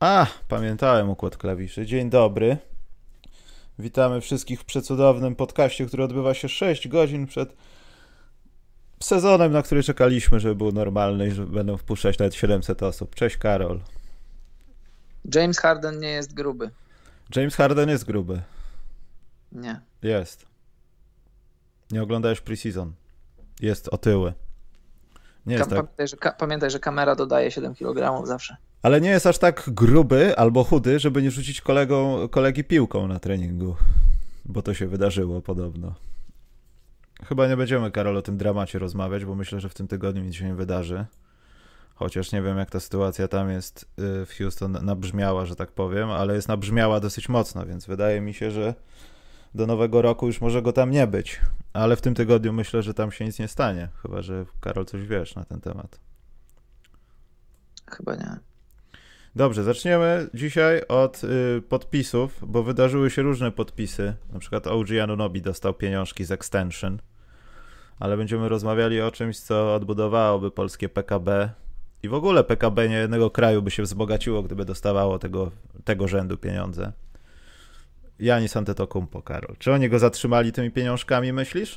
Pamiętałem układ klawiszy. Dzień dobry. Witamy wszystkich w przecudownym podcaście, który odbywa się 6 godzin przed sezonem, na który czekaliśmy, żeby był normalny i że będą wpuszczać nawet 700 osób. Cześć Karol. James Harden nie jest gruby. James Harden jest gruby. Nie. Jest. Nie oglądałeś preseason. Jest otyły. Nie jest tak. Pamiętaj, że kamera dodaje 7 kg zawsze. Ale nie jest aż tak gruby albo chudy, żeby nie rzucić kolegi piłką na treningu. Bo to się wydarzyło podobno. Chyba nie będziemy, Karol, o tym dramacie rozmawiać, bo myślę, że w tym tygodniu nic się nie wydarzy. Chociaż nie wiem, jak ta sytuacja tam jest w Houston nabrzmiała, że tak powiem, ale jest nabrzmiała dosyć mocno, więc wydaje mi się, że do nowego roku już może go tam nie być. Ale w tym tygodniu myślę, że tam się nic nie stanie. Chyba że, Karol, coś wiesz na ten temat. Chyba nie. Dobrze, zaczniemy dzisiaj od podpisów, bo wydarzyły się różne podpisy. Na przykład OG Anunoby dostał pieniążki z extension, ale będziemy rozmawiali o czymś, co odbudowałoby polskie PKB i w ogóle PKB niejednego kraju by się wzbogaciło, gdyby dostawało tego rzędu pieniądze. Giannis Antetokounmpo, Karol. Czy oni go zatrzymali tymi pieniążkami, myślisz?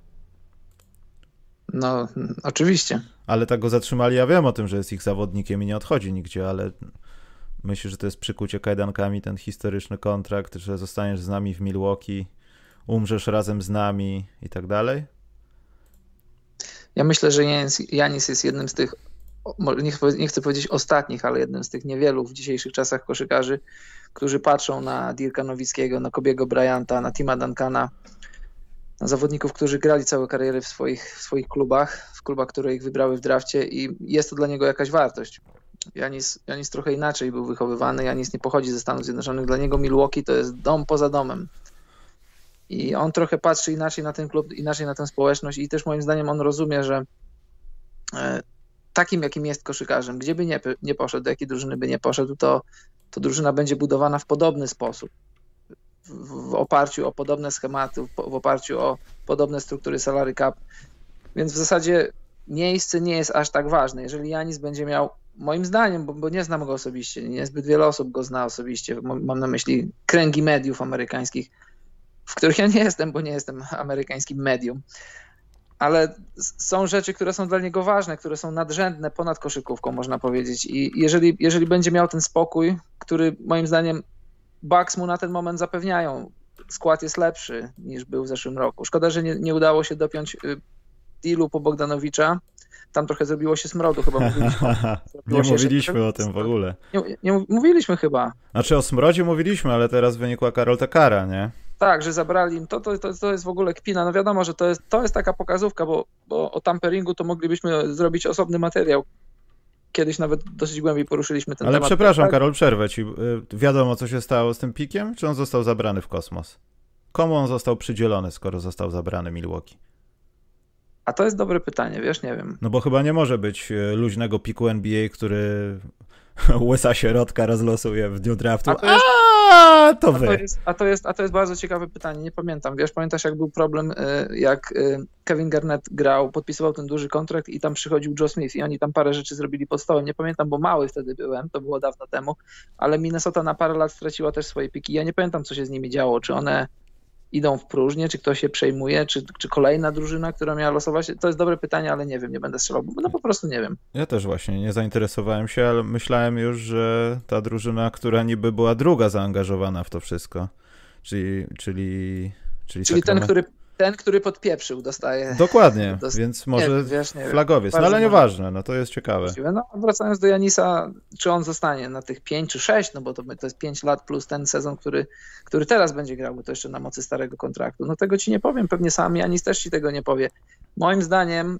No, oczywiście. Ale tak go zatrzymali, ja wiem o tym, że jest ich zawodnikiem i nie odchodzi nigdzie, ale myślisz, że to jest przykucie kajdankami ten historyczny kontrakt, że zostaniesz z nami w Milwaukee, umrzesz razem z nami i tak dalej? Ja myślę, że Giannis jest jednym z tych, nie chcę powiedzieć ostatnich, ale jednym z tych niewielu w dzisiejszych czasach koszykarzy, którzy patrzą na Dirka Nowickiego, na Kobiego Bryanta, na Tima Duncana, na zawodników, którzy grali całe kariery w swoich klubach, w klubach, które ich wybrały w drafcie i jest to dla niego jakaś wartość. Giannis trochę inaczej był wychowywany, Giannis nie pochodzi ze Stanów Zjednoczonych, dla niego Milwaukee to jest dom poza domem. I on trochę patrzy inaczej na ten klub, inaczej na tę społeczność i też moim zdaniem on rozumie, że takim jakim jest koszykarzem, gdzie by nie poszedł, do jakiej drużyny by nie poszedł, to drużyna będzie budowana w podobny sposób. W oparciu o podobne schematy, w oparciu o podobne struktury salary cap, więc w zasadzie miejsce nie jest aż tak ważne. Jeżeli Giannis będzie miał, moim zdaniem, bo nie znam go osobiście, niezbyt wiele osób go zna osobiście, mam na myśli kręgi mediów amerykańskich, w których ja nie jestem, bo nie jestem amerykańskim medium, ale są rzeczy, które są dla niego ważne, które są nadrzędne ponad koszykówką, można powiedzieć, i jeżeli będzie miał ten spokój, który moim zdaniem Bucks mu na ten moment zapewniają. Skład jest lepszy niż był w zeszłym roku. Szkoda, że nie udało się dopiąć dealu po Bogdanowicza. Tam trochę zrobiło się smrodu, chyba mówiliśmy. Nie mówiliśmy o tym w ogóle. Nie mówiliśmy chyba. Znaczy o smrodzie mówiliśmy, ale teraz wynikła, Karol, ta kara, nie? Tak, że zabrali im to jest w ogóle kpina. No wiadomo, że to jest taka pokazówka, bo o tamperingu to moglibyśmy zrobić osobny materiał. Kiedyś nawet dosyć głębiej poruszyliśmy ten temat. Ale przepraszam, Karol, przerwę ci. Wiadomo, co się stało z tym pikiem? Czy on został zabrany w kosmos? Komu on został przydzielony, skoro został zabrany Milwaukee? A to jest dobre pytanie, wiesz, nie wiem. No bo chyba nie może być luźnego piku NBA, który łysa środka rozlosuje w dniu draftu. A to jest bardzo ciekawe pytanie, nie pamiętam. Wiesz, pamiętasz, jak był problem, jak Kevin Garnett grał, podpisywał ten duży kontrakt i tam przychodził Joe Smith i oni tam parę rzeczy zrobili pod stołem. Nie pamiętam, bo mały wtedy byłem, to było dawno temu, ale Minnesota na parę lat straciła też swoje piki. Ja nie pamiętam, co się z nimi działo, czy one idą w próżnię, czy ktoś się przejmuje, czy kolejna drużyna, która miała losować? To jest dobre pytanie, ale nie wiem, nie będę strzelał, bo no po prostu nie wiem. Ja też właśnie nie zainteresowałem się, ale myślałem już, że ta drużyna, która niby była druga zaangażowana w to wszystko, czyli ten, który podpieprzył, dostaje... Dokładnie, więc może flagowiec, no ale nieważne, no to jest ciekawe. No, wracając do Giannisa, czy on zostanie na tych 5 czy 6, no bo to jest 5 lat plus ten sezon, który teraz będzie grał, bo to jeszcze na mocy starego kontraktu. No tego ci nie powiem, pewnie sam Giannis też ci tego nie powie. Moim zdaniem,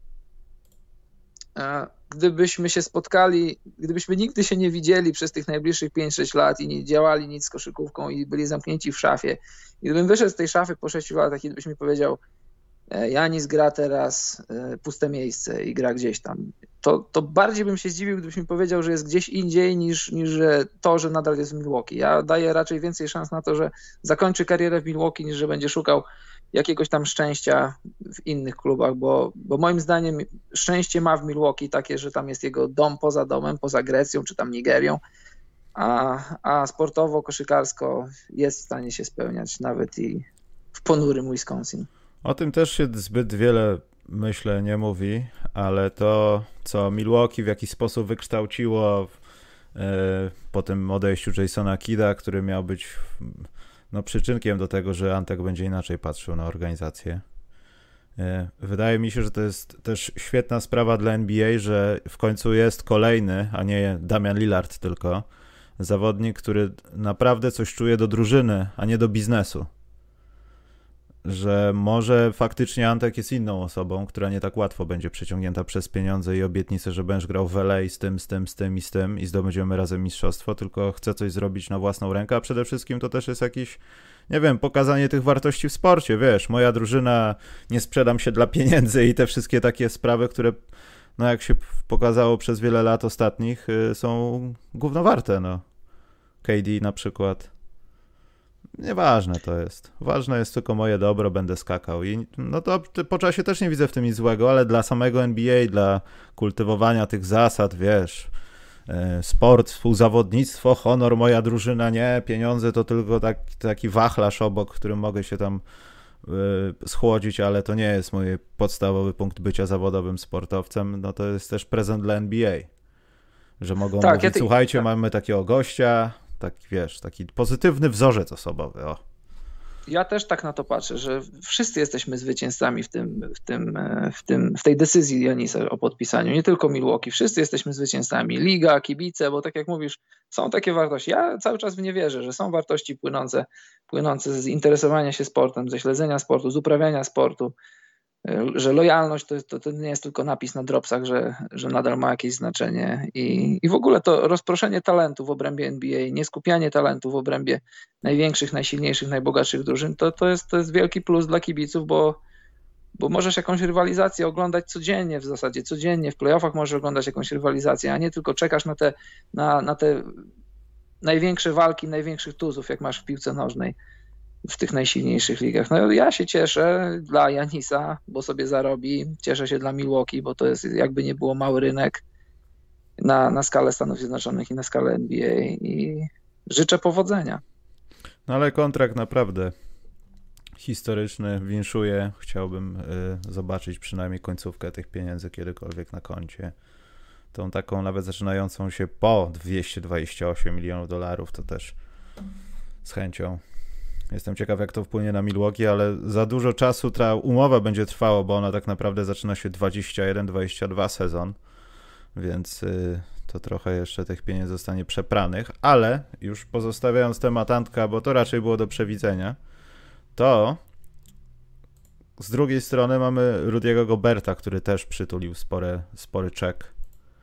gdybyśmy się spotkali, gdybyśmy nigdy się nie widzieli przez tych najbliższych 5-6 lat i nie działali nic z koszykówką i byli zamknięci w szafie, i gdybym wyszedł z tej szafy po 6 latach i gdybyś mi powiedział, Giannis gra teraz puste miejsce i gra gdzieś tam, to bardziej bym się zdziwił, gdybyś mi powiedział, że jest gdzieś indziej niż to, że nadal jest w Milwaukee. Ja daję raczej więcej szans na to, że zakończy karierę w Milwaukee, niż że będzie szukał jakiegoś tam szczęścia w innych klubach, bo moim zdaniem szczęście ma w Milwaukee takie, że tam jest jego dom poza domem, poza Grecją czy tam Nigerią, a sportowo, koszykarsko jest w stanie się spełniać nawet i w ponurym Wisconsin. O tym też się zbyt wiele, myślę, nie mówi, ale to, co Milwaukee w jakiś sposób wykształciło po tym odejściu Jasona Kidda, który miał być przyczynkiem do tego, że Antek będzie inaczej patrzył na organizację. Wydaje mi się, że to jest też świetna sprawa dla NBA, że w końcu jest kolejny, a nie Damian Lillard tylko, zawodnik, który naprawdę coś czuje do drużyny, a nie do biznesu. Że może faktycznie Antek jest inną osobą, która nie tak łatwo będzie przyciągnięta przez pieniądze i obietnice, że będziesz grał w LA z tym i zdobędziemy razem mistrzostwo, tylko chce coś zrobić na własną rękę, a przede wszystkim to też jest jakiś, nie wiem, pokazanie tych wartości w sporcie, wiesz, moja drużyna, nie sprzedam się dla pieniędzy i te wszystkie takie sprawy, które, jak się pokazało przez wiele lat ostatnich, są gówno warte, KD na przykład. Nieważne to jest. Ważne jest tylko moje dobro, będę skakał. I to po czasie też nie widzę w tym nic złego, ale dla samego NBA, dla kultywowania tych zasad, wiesz, sport, współzawodnictwo, honor, moja drużyna, nie, pieniądze to tylko taki wachlarz obok, którym mogę się tam schłodzić, ale to nie jest mój podstawowy punkt bycia zawodowym sportowcem. To jest też prezent dla NBA, że mogą mówić, słuchajcie, mamy takiego gościa, taki pozytywny wzorzec osobowy. Ja też tak na to patrzę, że wszyscy jesteśmy zwycięzcami w tej decyzji Janisa o podpisaniu, nie tylko Milwaukee, wszyscy jesteśmy zwycięzcami, liga, kibice, bo tak jak mówisz, są takie wartości. Ja cały czas w nie wierzę, że są wartości płynące z interesowania się sportem, ze śledzenia sportu, z uprawiania sportu, że lojalność to nie jest tylko napis na dropsach, że nadal ma jakieś znaczenie i w ogóle to rozproszenie talentów w obrębie NBA, nieskupianie talentów w obrębie największych, najsilniejszych, najbogatszych drużyn, to jest wielki plus dla kibiców, bo możesz jakąś rywalizację oglądać codziennie w zasadzie, codziennie w playoffach możesz oglądać jakąś rywalizację, a nie tylko czekasz na te największe walki, największych tuzów, jak masz w piłce nożnej w tych najsilniejszych ligach. Ja się cieszę dla Janisa, bo sobie zarobi. Cieszę się dla Milwaukee, bo to jest jakby nie było mały rynek na skalę Stanów Zjednoczonych i na skalę NBA i życzę powodzenia. Ale kontrakt naprawdę historyczny, winszuję. Chciałbym zobaczyć przynajmniej końcówkę tych pieniędzy kiedykolwiek na koncie. Tą taką nawet zaczynającą się po 228 milionów dolarów, to też z chęcią. Jestem ciekaw, jak to wpłynie na Milwaukee, ale za dużo czasu ta umowa będzie trwała, bo ona tak naprawdę zaczyna się 21-22 sezon, więc to trochę jeszcze tych pieniędzy zostanie przepranych, ale już pozostawiając temat Antka, bo to raczej było do przewidzenia, to z drugiej strony mamy Rudy'ego Goberta, który też przytulił spory czek.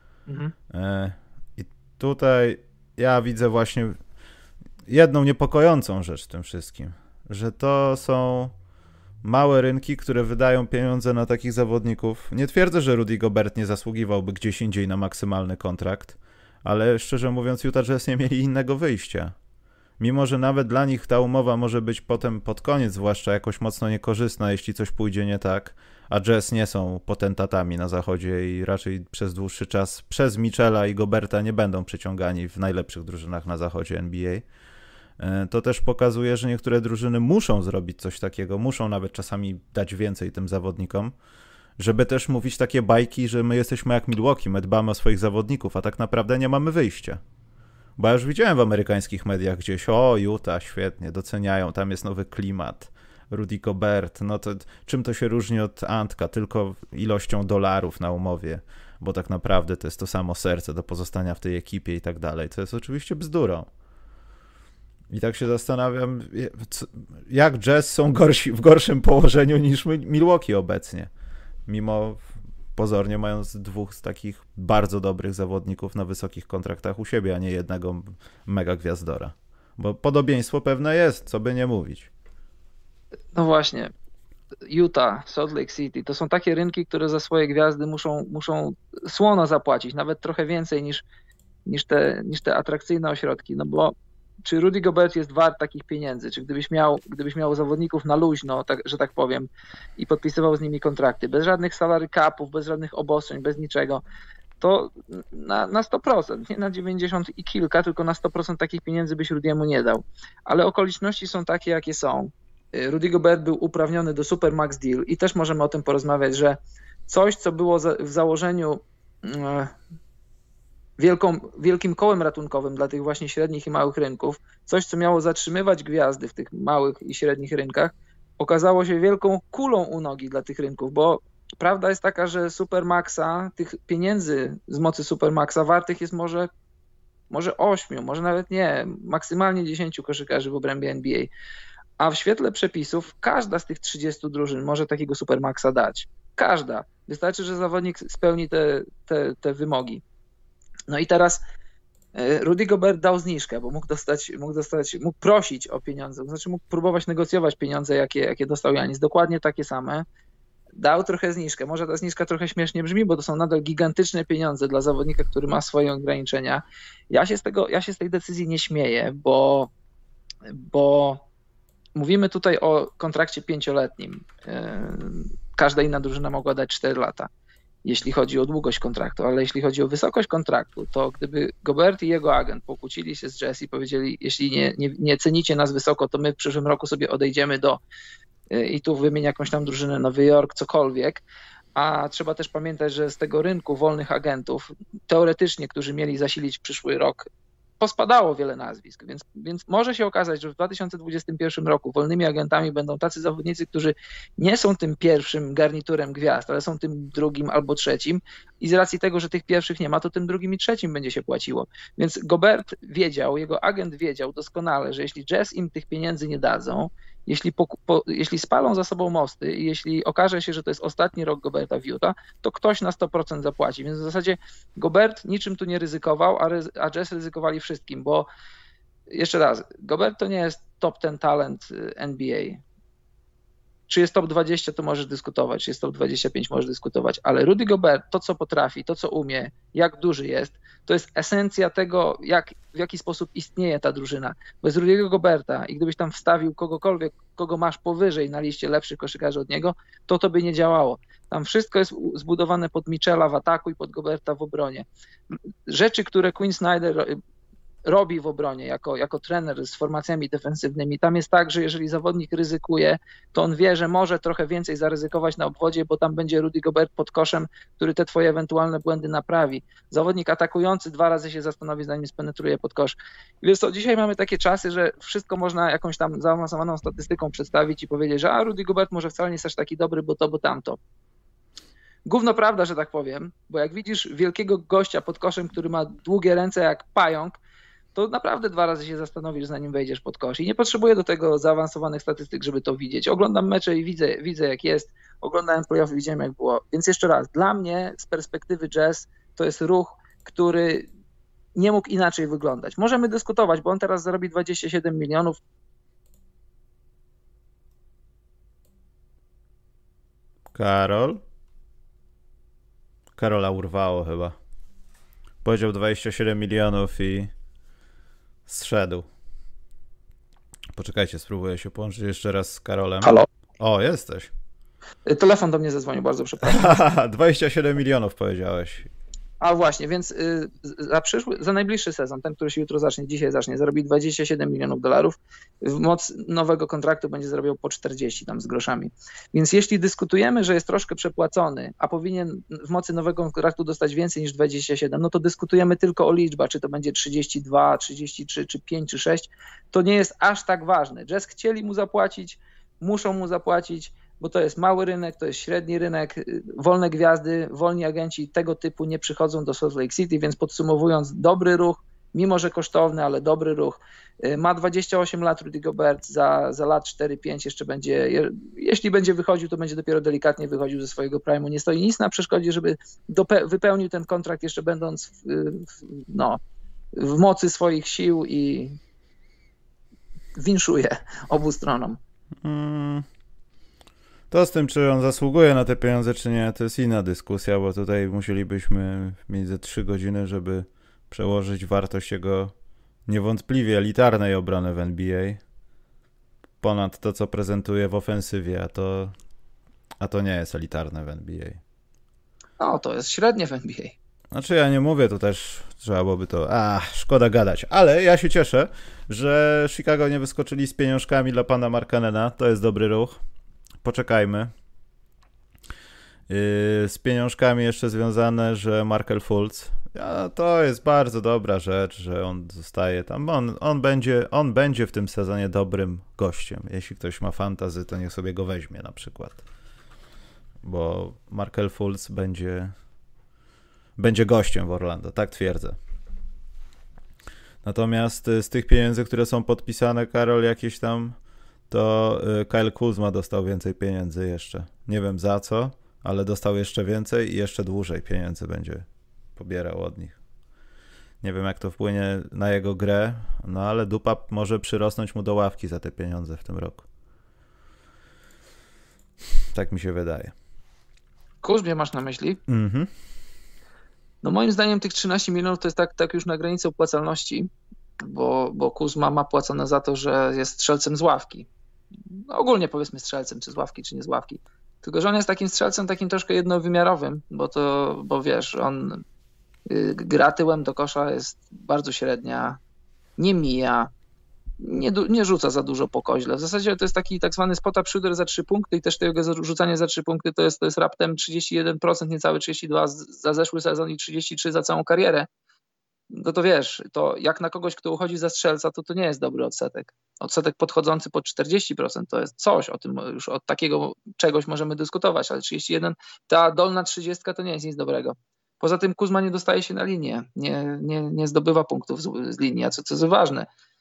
I tutaj ja widzę właśnie jedną niepokojącą rzecz w tym wszystkim, że to są małe rynki, które wydają pieniądze na takich zawodników. Nie twierdzę, że Rudy Gobert nie zasługiwałby gdzieś indziej na maksymalny kontrakt, ale szczerze mówiąc Utah Jazz nie mieli innego wyjścia. Mimo że nawet dla nich ta umowa może być potem pod koniec zwłaszcza jakoś mocno niekorzystna, jeśli coś pójdzie nie tak, a Jazz nie są potentatami na zachodzie i raczej przez dłuższy czas przez Mitchella i Goberta nie będą przyciągani w najlepszych drużynach na zachodzie NBA. To też pokazuje, że niektóre drużyny muszą zrobić coś takiego, muszą nawet czasami dać więcej tym zawodnikom, żeby też mówić takie bajki, że my jesteśmy jak Milwaukee, my dbamy o swoich zawodników, a tak naprawdę nie mamy wyjścia. Bo ja już widziałem w amerykańskich mediach gdzieś, Utah, świetnie, doceniają, tam jest nowy klimat, Rudy Gobert, to czym to się różni od Antka? Tylko ilością dolarów na umowie, bo tak naprawdę to jest to samo serce do pozostania w tej ekipie i tak dalej. To jest oczywiście bzdurą. I tak się zastanawiam, jak Jazz są w gorszym położeniu niż Milwaukee obecnie. Mimo pozornie mając dwóch z takich bardzo dobrych zawodników na wysokich kontraktach u siebie, a nie jednego mega gwiazdora. Bo podobieństwo pewne jest, co by nie mówić. No właśnie. Utah, Salt Lake City, to są takie rynki, które za swoje gwiazdy muszą słono zapłacić, nawet trochę więcej niż te atrakcyjne ośrodki, bo czy Rudy Gobert jest wart takich pieniędzy? Czy gdybyś miał zawodników na luźno, że tak powiem, i podpisywał z nimi kontrakty, bez żadnych salary capów, bez żadnych obostrzeń, bez niczego, to na 100%, nie na 90 i kilka, tylko na 100% takich pieniędzy byś Rudiemu nie dał. Ale okoliczności są takie, jakie są. Rudy Gobert był uprawniony do Supermax Deal i też możemy o tym porozmawiać, że coś, co było w założeniu wielkim kołem ratunkowym dla tych właśnie średnich i małych rynków, coś, co miało zatrzymywać gwiazdy w tych małych i średnich rynkach, okazało się wielką kulą u nogi dla tych rynków, bo prawda jest taka, że Supermaxa, tych pieniędzy z mocy Supermaxa wartych jest może 8, może nawet nie, maksymalnie 10 koszykarzy w obrębie NBA. A w świetle przepisów każda z tych 30 drużyn może takiego Supermaxa dać. Każda. Wystarczy, że zawodnik spełni te wymogi. No i teraz Rudy Gobert dał zniżkę, bo mógł prosić o pieniądze, to znaczy mógł próbować negocjować pieniądze, jakie dostał Janis, dokładnie takie same. Dał trochę zniżkę. Może ta zniżka trochę śmiesznie brzmi, bo to są nadal gigantyczne pieniądze dla zawodnika, który ma swoje ograniczenia. Ja się z tej decyzji nie śmieję, bo mówimy tutaj o kontrakcie 5-letnim. Każda inna drużyna mogła dać 4 lata, jeśli chodzi o długość kontraktu, ale jeśli chodzi o wysokość kontraktu, to gdyby Gobert i jego agent pokłócili się z Jazz i powiedzieli, jeśli nie cenicie nas wysoko, to my w przyszłym roku sobie odejdziemy i tu wymienię jakąś tam drużynę, Nowy Jork, cokolwiek, a trzeba też pamiętać, że z tego rynku wolnych agentów, teoretycznie, którzy mieli zasilić przyszły rok, pospadało wiele nazwisk, więc może się okazać, że w 2021 roku wolnymi agentami będą tacy zawodnicy, którzy nie są tym pierwszym garniturem gwiazd, ale są tym drugim albo trzecim i z racji tego, że tych pierwszych nie ma, to tym drugim i trzecim będzie się płaciło. Więc Gobert wiedział, jego agent wiedział doskonale, że jeśli Jazz im tych pieniędzy nie dadzą, jeśli spalą za sobą mosty i jeśli okaże się, że to jest ostatni rok Goberta w Utah, to ktoś na 100% zapłaci. Więc w zasadzie Gobert niczym tu nie ryzykował, a Jazz ryzykowali wszystkim, bo jeszcze raz, Gobert to nie jest top 10 talent NBA. Czy jest top 20, to możesz dyskutować, czy jest top 25, możesz dyskutować, ale Rudy Gobert, to co potrafi, to co umie, jak duży jest, to jest esencja tego, w jaki sposób istnieje ta drużyna. Bez Rudy'ego Goberta i gdybyś tam wstawił kogokolwiek, kogo masz powyżej na liście lepszych koszykarzy od niego, to by nie działało. Tam wszystko jest zbudowane pod Mitchella w ataku i pod Goberta w obronie. Rzeczy, które Quinn Snyder robi w obronie jako trener z formacjami defensywnymi. Tam jest tak, że jeżeli zawodnik ryzykuje, to on wie, że może trochę więcej zaryzykować na obwodzie, bo tam będzie Rudy Gobert pod koszem, który te twoje ewentualne błędy naprawi. Zawodnik atakujący 2 razy się zastanowi, zanim spenetruje pod kosz. Wiesz co, dzisiaj mamy takie czasy, że wszystko można jakąś tam zaawansowaną statystyką przedstawić i powiedzieć, że Rudy Gobert może wcale nie jest aż taki dobry, bo to, bo tamto. Gówno prawda, że tak powiem, bo jak widzisz wielkiego gościa pod koszem, który ma długie ręce jak pająk, to naprawdę 2 razy się zastanowisz, zanim wejdziesz pod kosz. I nie potrzebuję do tego zaawansowanych statystyk, żeby to widzieć. Oglądam mecze i widzę jak jest. Oglądałem playoff i widziałem jak było. Więc jeszcze raz, dla mnie z perspektywy Jazz to jest ruch, który nie mógł inaczej wyglądać. Możemy dyskutować, bo on teraz zarobi 27 milionów. Karola urwało chyba. Powiedział 27 milionów i zszedł. Poczekajcie, spróbuję się połączyć jeszcze raz z Karolem. Halo? O, jesteś. Telefon do mnie zadzwonił, bardzo przepraszam. 27 milionów powiedziałeś. A właśnie, więc za najbliższy sezon, ten, który się jutro zacznie, dzisiaj zacznie, zarobi 27 milionów dolarów. W moc nowego kontraktu będzie zarabiał po 40 tam z groszami. Więc jeśli dyskutujemy, że jest troszkę przepłacony, a powinien w mocy nowego kontraktu dostać więcej niż 27, no to dyskutujemy tylko o liczbach, czy to będzie 32, 33, czy 5, czy 6. To nie jest aż tak ważne. Jazz chcieli mu zapłacić, muszą mu zapłacić, bo to jest mały rynek, to jest średni rynek, wolne gwiazdy, wolni agenci tego typu nie przychodzą do Salt Lake City, więc podsumowując, dobry ruch, mimo że kosztowny, ale dobry ruch. Ma 28 lat Rudy Gobert, za lat 4-5 jeszcze będzie, jeśli będzie wychodził, to będzie dopiero delikatnie wychodził ze swojego prime'u. Nie stoi nic na przeszkodzie, żeby wypełnił ten kontrakt jeszcze będąc w mocy swoich sił i winszuje obu stronom. To z tym, czy on zasługuje na te pieniądze, czy nie, to jest inna dyskusja, bo tutaj musielibyśmy mieć ze 3 godziny, żeby przełożyć wartość jego niewątpliwie elitarnej obrony w NBA ponad to, co prezentuje w ofensywie, a to nie jest elitarne w NBA. No, to jest średnie w NBA. Znaczy ja nie mówię, to też trzeba byłoby to... szkoda gadać. Ale ja się cieszę, że Chicago nie wyskoczyli z pieniążkami dla pana Markkanena. To jest dobry ruch. Poczekajmy. Z pieniążkami jeszcze związane, że Markel Fultz, to jest bardzo dobra rzecz, że on zostaje tam. On będzie w tym sezonie dobrym gościem. Jeśli ktoś ma fantasy, to niech sobie go weźmie na przykład. Bo Markel Fultz będzie gościem w Orlando, tak twierdzę. Natomiast z tych pieniędzy, które są podpisane, Karol, jakieś tam, to Kyle Kuzma dostał więcej pieniędzy jeszcze. Nie wiem za co, ale dostał jeszcze więcej i jeszcze dłużej pieniędzy będzie pobierał od nich. Nie wiem, jak to wpłynie na jego grę, no ale dupa może przyrosnąć mu do ławki za te pieniądze w tym roku. Tak mi się wydaje. Kuzmie masz na myśli? Mhm. No moim zdaniem tych 13 milionów to jest tak już na granicy opłacalności, bo Kuzma ma płacone za to, że jest strzelcem z ławki. No ogólnie powiedzmy strzelcem, czy z ławki, czy nie z ławki. Tylko że on jest takim strzelcem takim troszkę jednowymiarowym, bo wiesz, on gra tyłem do kosza jest bardzo średnia, nie mija, nie rzuca za dużo po koźle. W zasadzie to jest taki tak zwany spot-up shooter za 3 punkty i też tego rzucanie za 3 punkty to jest raptem 31%, niecałe 32% za zeszły sezon i 33% za całą karierę. No to wiesz, to jak na kogoś, kto uchodzi za strzelca, to nie jest dobry odsetek. Odsetek podchodzący pod 40% to jest coś, o tym już od takiego czegoś możemy dyskutować, ale 31%, ta dolna 30% to nie jest nic dobrego. Poza tym Kuzma nie dostaje się na linię, nie zdobywa punktów z linii, a co jest ważne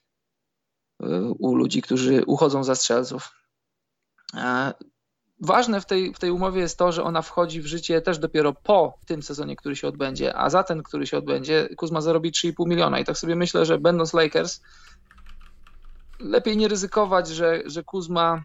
u ludzi, którzy uchodzą za strzelców. Ważne w tej umowie jest to, że ona wchodzi w życie też dopiero po tym sezonie, który się odbędzie, a za ten, który się odbędzie, Kuzma zarobi 3,5 miliona i tak sobie myślę, że będąc Lakers lepiej nie ryzykować, że Kuzma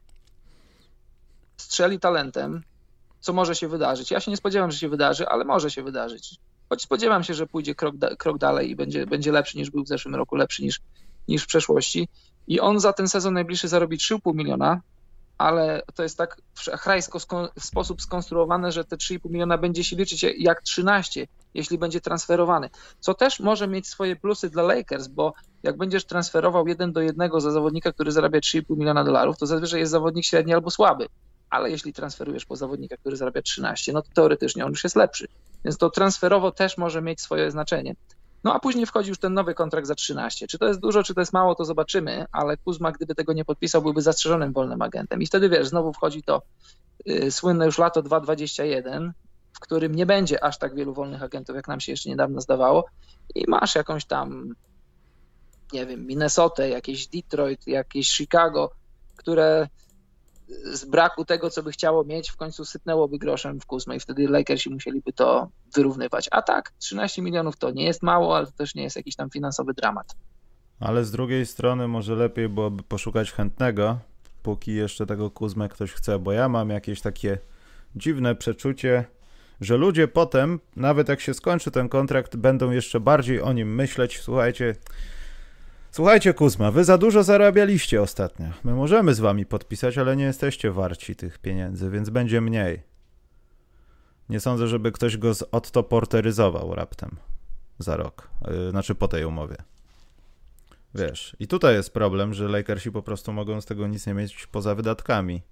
strzeli talentem, co może się wydarzyć. Ja się nie spodziewam, że się wydarzy, ale może się wydarzyć. Choć spodziewam się, że pójdzie krok dalej i będzie lepszy niż był w zeszłym roku, lepszy niż w przeszłości. I on za ten sezon najbliższy zarobi 3,5 miliona, ale to jest tak chrajsko w sposób skonstruowane, że te 3,5 miliona będzie się liczyć jak 13, jeśli będzie transferowany. Co też może mieć swoje plusy dla Lakers, bo jak będziesz transferował 1:1 za zawodnika, który zarabia 3,5 miliona dolarów, to zazwyczaj jest zawodnik średni albo słaby. Ale jeśli transferujesz po zawodnika, który zarabia 13, no to teoretycznie on już jest lepszy. Więc to transferowo też może mieć swoje znaczenie. No a później wchodzi już ten nowy kontrakt za 13. Czy to jest dużo, czy to jest mało, to zobaczymy, ale Kuzma, gdyby tego nie podpisał, byłby zastrzeżonym wolnym agentem. I wtedy wiesz, znowu wchodzi to słynne już lato 2021, w którym nie będzie aż tak wielu wolnych agentów, jak nam się jeszcze niedawno zdawało, i masz jakąś tam, nie wiem, Minnesotę, jakieś Detroit, jakieś Chicago, które z braku tego, co by chciało mieć, w końcu sypnęłoby groszem w Kuzmę i wtedy Lakersi musieliby to wyrównywać. A tak, 13 milionów to nie jest mało, ale to też nie jest jakiś tam finansowy dramat. Ale z drugiej strony może lepiej byłoby poszukać chętnego, póki jeszcze tego Kuzmę ktoś chce, bo ja mam jakieś takie dziwne przeczucie, że ludzie potem, nawet jak się skończy ten kontrakt, będą jeszcze bardziej o nim myśleć. Słuchajcie Kuzma, wy za dużo zarabialiście ostatnio. My możemy z wami podpisać, ale nie jesteście warci tych pieniędzy, więc będzie mniej. Nie sądzę, żeby ktoś go odtoporteryzował raptem za rok. Znaczy po tej umowie. Wiesz, i tutaj jest problem, że Lakersi po prostu mogą z tego nic nie mieć poza wydatkami.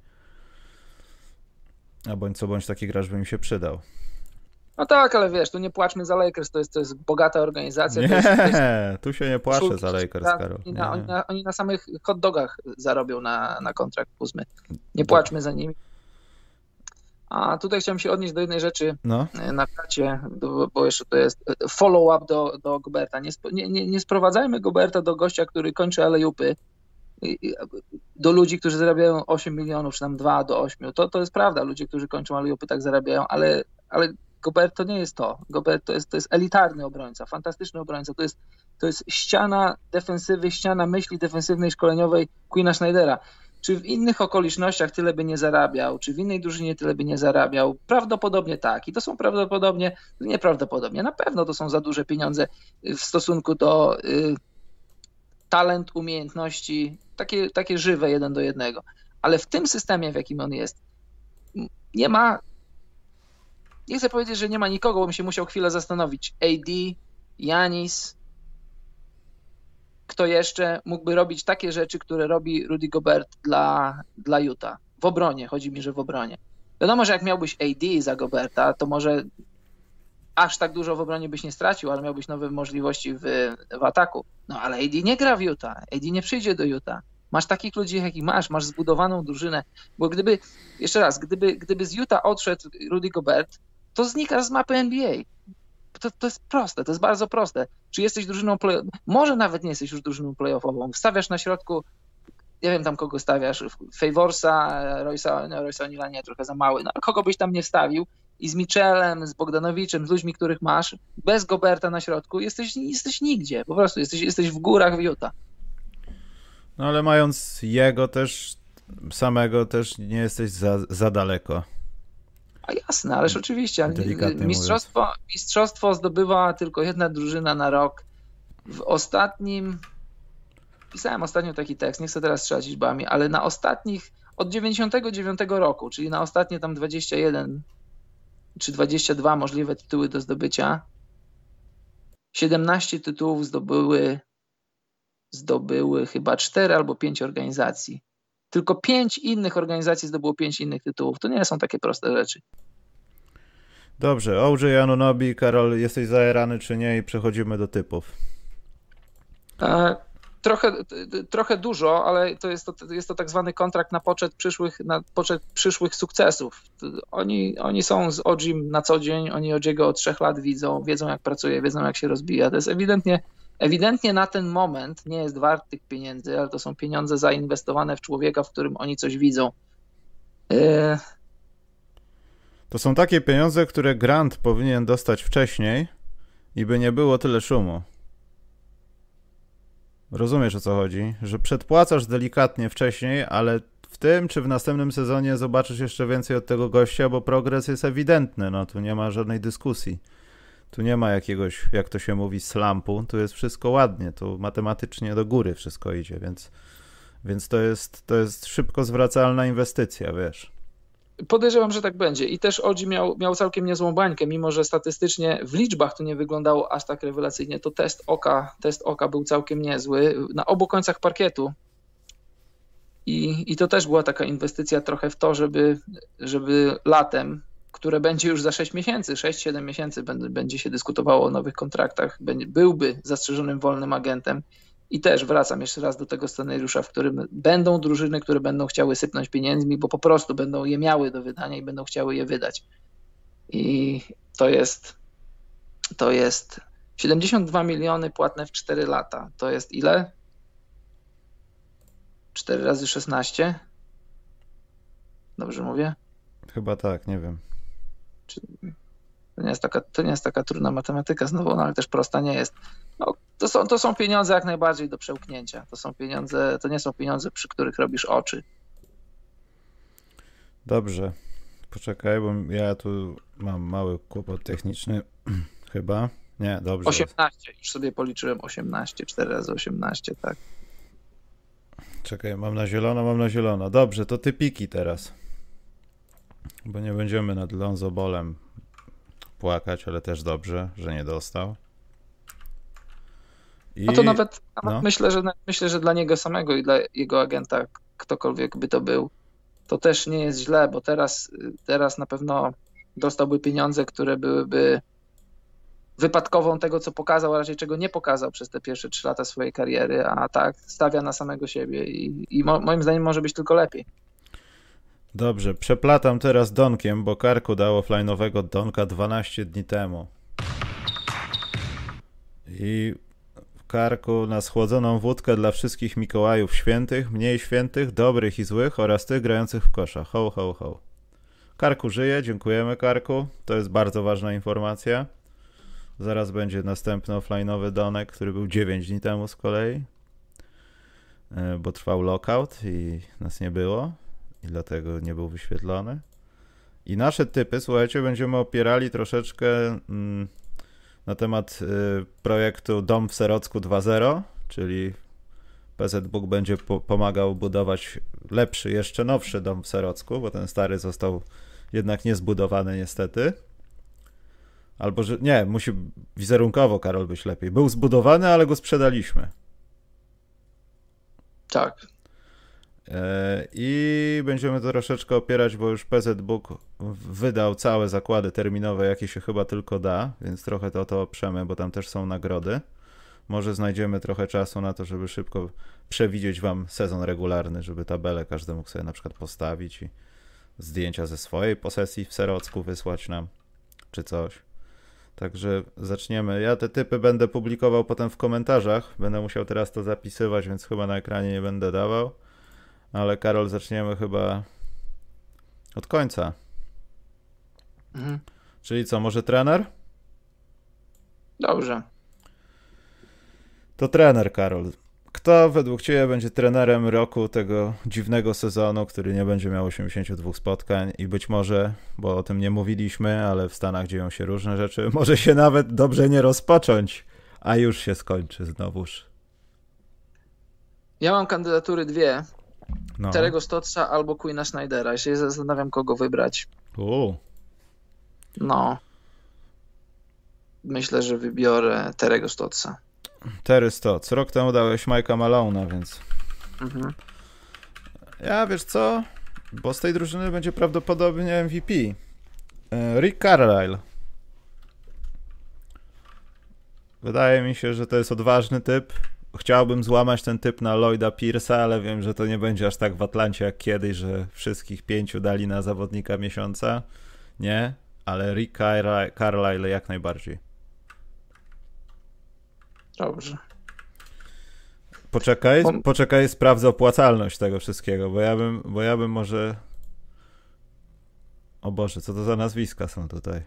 A bądź co bądź taki gracz by mi się przydał. No tak, ale wiesz, tu nie płaczmy za Lakers, to jest bogata organizacja. Nie, tu się nie płaczę za Lakers, Karol. Oni na samych hot dogach zarobią na kontrakt Kuzmy. Nie płaczmy za nimi. A tutaj chciałem się odnieść do jednej rzeczy na czacie, bo jeszcze to jest follow-up do Goberta. Nie sprowadzajmy Goberta do gościa, który kończy alley-oopy, do ludzi, którzy zarabiają 8 milionów, czy tam 2 do 8. To jest prawda, ludzie, którzy kończą alley-oopy tak zarabiają, ale Gobert to nie jest to. Gobert to jest elitarny obrońca, fantastyczny obrońca. To jest ściana defensywy, ściana myśli defensywnej, szkoleniowej Quina Schneidera. Czy w innych okolicznościach tyle by nie zarabiał, czy w innej drużynie tyle by nie zarabiał? Prawdopodobnie tak. I to są prawdopodobnie, nieprawdopodobnie, na pewno to są za duże pieniądze w stosunku do talent, umiejętności, takie żywe 1:1. Ale w tym systemie, w jakim on jest, nie ma nie chcę powiedzieć, że nie ma nikogo, bo bym się musiał chwilę zastanowić. AD, Giannis, kto jeszcze mógłby robić takie rzeczy, które robi Rudy Gobert dla Utah? W obronie, chodzi mi, że w obronie. Wiadomo, że jak miałbyś AD za Goberta, to może aż tak dużo w obronie byś nie stracił, ale miałbyś nowe możliwości w ataku. No ale AD nie gra w Utah. AD nie przyjdzie do Utah. Masz takich ludzi, jakich masz zbudowaną drużynę. Bo jeszcze raz, gdyby z Utah odszedł Rudy Gobert, to znikasz z mapy NBA. To jest proste, to jest bardzo proste. Czy jesteś drużyną może nawet nie jesteś już drużyną playoffową. Stawiasz na środku, nie wiem tam kogo stawiasz, Favorsa, Royce'a O'Neala nie, trochę za mały, no ale kogo byś tam nie wstawił i z Mitchellem, z Bogdanowiczem, z ludźmi, których masz, bez Goberta na środku, jesteś nigdzie, po prostu jesteś w górach w Utah. No ale mając jego też, samego też nie jesteś za daleko. A jasne, ależ oczywiście. Mistrzostwo zdobywa tylko jedna drużyna na rok. Pisałem ostatnio taki tekst, nie chcę teraz strzelać liczbami, ale na ostatnich, od 99 roku, czyli na ostatnie tam 21 czy 22 możliwe tytuły do zdobycia, 17 tytułów zdobyły chyba 4 albo 5 organizacji. Tylko 5 innych organizacji zdobyło 5 innych tytułów. To nie są takie proste rzeczy. Dobrze, OG Anunoby, Karol, jesteś zajarany czy nie i przechodzimy do typów. Trochę dużo, ale jest to tak zwany kontrakt na poczet przyszłych sukcesów. Oni są z OG-im na co dzień, oni OG-go od 3 lat wiedzą jak pracuje, wiedzą jak się rozbija. To jest ewidentnie na ten moment nie jest wart tych pieniędzy, ale to są pieniądze zainwestowane w człowieka, w którym oni coś widzą. To są takie pieniądze, które Grant powinien dostać wcześniej i by nie było tyle szumu. Rozumiesz, o co chodzi? Że przedpłacasz delikatnie wcześniej, ale w tym czy w następnym sezonie zobaczysz jeszcze więcej od tego gościa, bo progres jest ewidentny. No tu nie ma żadnej dyskusji. Tu nie ma jakiegoś, jak to się mówi, slumpu. Tu jest wszystko ładnie. Tu matematycznie do góry wszystko idzie, więc to jest szybko zwracalna inwestycja, wiesz. Podejrzewam, że tak będzie. I też OG miał całkiem niezłą bańkę, mimo że statystycznie w liczbach to nie wyglądało aż tak rewelacyjnie, to test oka był całkiem niezły na obu końcach parkietu. I to też była taka inwestycja trochę w to, żeby latem, które będzie już za 6 miesięcy, 6-7 miesięcy będzie się dyskutowało o nowych kontraktach, byłby zastrzeżonym wolnym agentem. I też wracam jeszcze raz do tego scenariusza, w którym będą drużyny, które będą chciały sypnąć pieniędzmi, bo po prostu będą je miały do wydania i będą chciały je wydać. I to jest 72 miliony płatne w 4 lata. To jest ile? 4 razy 16? Dobrze mówię? Chyba tak, nie wiem. To nie jest taka trudna matematyka znowu, no ale też prosta nie jest. No, to są pieniądze jak najbardziej do przełknięcia. To nie są pieniądze, przy których robisz oczy. Dobrze. Poczekaj, bo ja tu mam mały kłopot techniczny. Chyba. Nie, dobrze. 18. Już sobie policzyłem 18. 4 razy 18, tak. Czekaj, mam na zielono. Dobrze, to typiki teraz. Bo nie będziemy nad Lonzo Ballem płakać, ale też dobrze, że nie dostał. No to nawet no. Myślę, że dla niego samego i dla jego agenta, ktokolwiek by to był, to też nie jest źle, bo teraz na pewno dostałby pieniądze, które byłyby wypadkową tego, co pokazał, a raczej czego nie pokazał przez te pierwsze 3 lata swojej kariery, a tak stawia na samego siebie i moim zdaniem może być tylko lepiej. Dobrze, przeplatam teraz donkiem, bo Karku dał offline'owego donka 12 dni temu. I Karku na schłodzoną wódkę dla wszystkich Mikołajów świętych, mniej świętych, dobrych i złych oraz tych grających w kosza. Ho, ho, ho. Karku żyje, dziękujemy Karku. To jest bardzo ważna informacja. Zaraz będzie następny offline'owy donek, który był 9 dni temu z kolei, bo trwał lockout i nas nie było i dlatego nie był wyświetlony. I nasze typy, słuchajcie, będziemy opierali troszeczkę na temat projektu Dom w Serocku 2.0, czyli PZBUK będzie pomagał budować lepszy, jeszcze nowszy dom w Serocku, bo ten stary został jednak niezbudowany niestety. Albo, że nie, musi wizerunkowo Karol być lepiej. Był zbudowany, ale go sprzedaliśmy. Tak. I będziemy to troszeczkę opierać, bo już PZ Book wydał całe zakłady terminowe, jakie się chyba tylko da, więc trochę to oprzemy, bo tam też są nagrody. Może znajdziemy trochę czasu na to, żeby szybko przewidzieć wam sezon regularny, żeby tabelę każdy mógł sobie na przykład postawić i zdjęcia ze swojej posesji w Serocku wysłać nam, czy coś. Także zaczniemy. Ja te typy będę publikował potem w komentarzach. Będę musiał teraz to zapisywać, więc chyba na ekranie nie będę dawał. Ale Karol, zaczniemy chyba od końca. Czyli co, może trener? Dobrze. To trener, Karol. Kto według Ciebie będzie trenerem roku tego dziwnego sezonu, który nie będzie miał 82 spotkań i być może, bo o tym nie mówiliśmy, ale w Stanach dzieją się różne rzeczy, może się nawet dobrze nie rozpocząć, a już się skończy znowuż. Ja mam kandydatury dwie. No. Terry'ego Stottsa albo Quina Schneidera. Ja się zastanawiam, kogo wybrać. No. Myślę, że wybiorę Terry'ego Stottsa. Terry Stotts. Rok temu dałeś Mike'a Malone'a, więc... Ja, wiesz co? Bo z tej drużyny będzie prawdopodobnie MVP. Rick Carlisle. Wydaje mi się, że to jest odważny typ. Chciałbym złamać ten typ na Lloyda Pierce'a, ale wiem, że to nie będzie aż tak w Atlancie jak kiedyś, że wszystkich 5 dali na zawodnika miesiąca. Nie, ale Rick Carlisle jak najbardziej. Dobrze. Poczekaj, sprawdzę opłacalność tego wszystkiego, bo ja bym może... O Boże, co to za nazwiska są tutaj?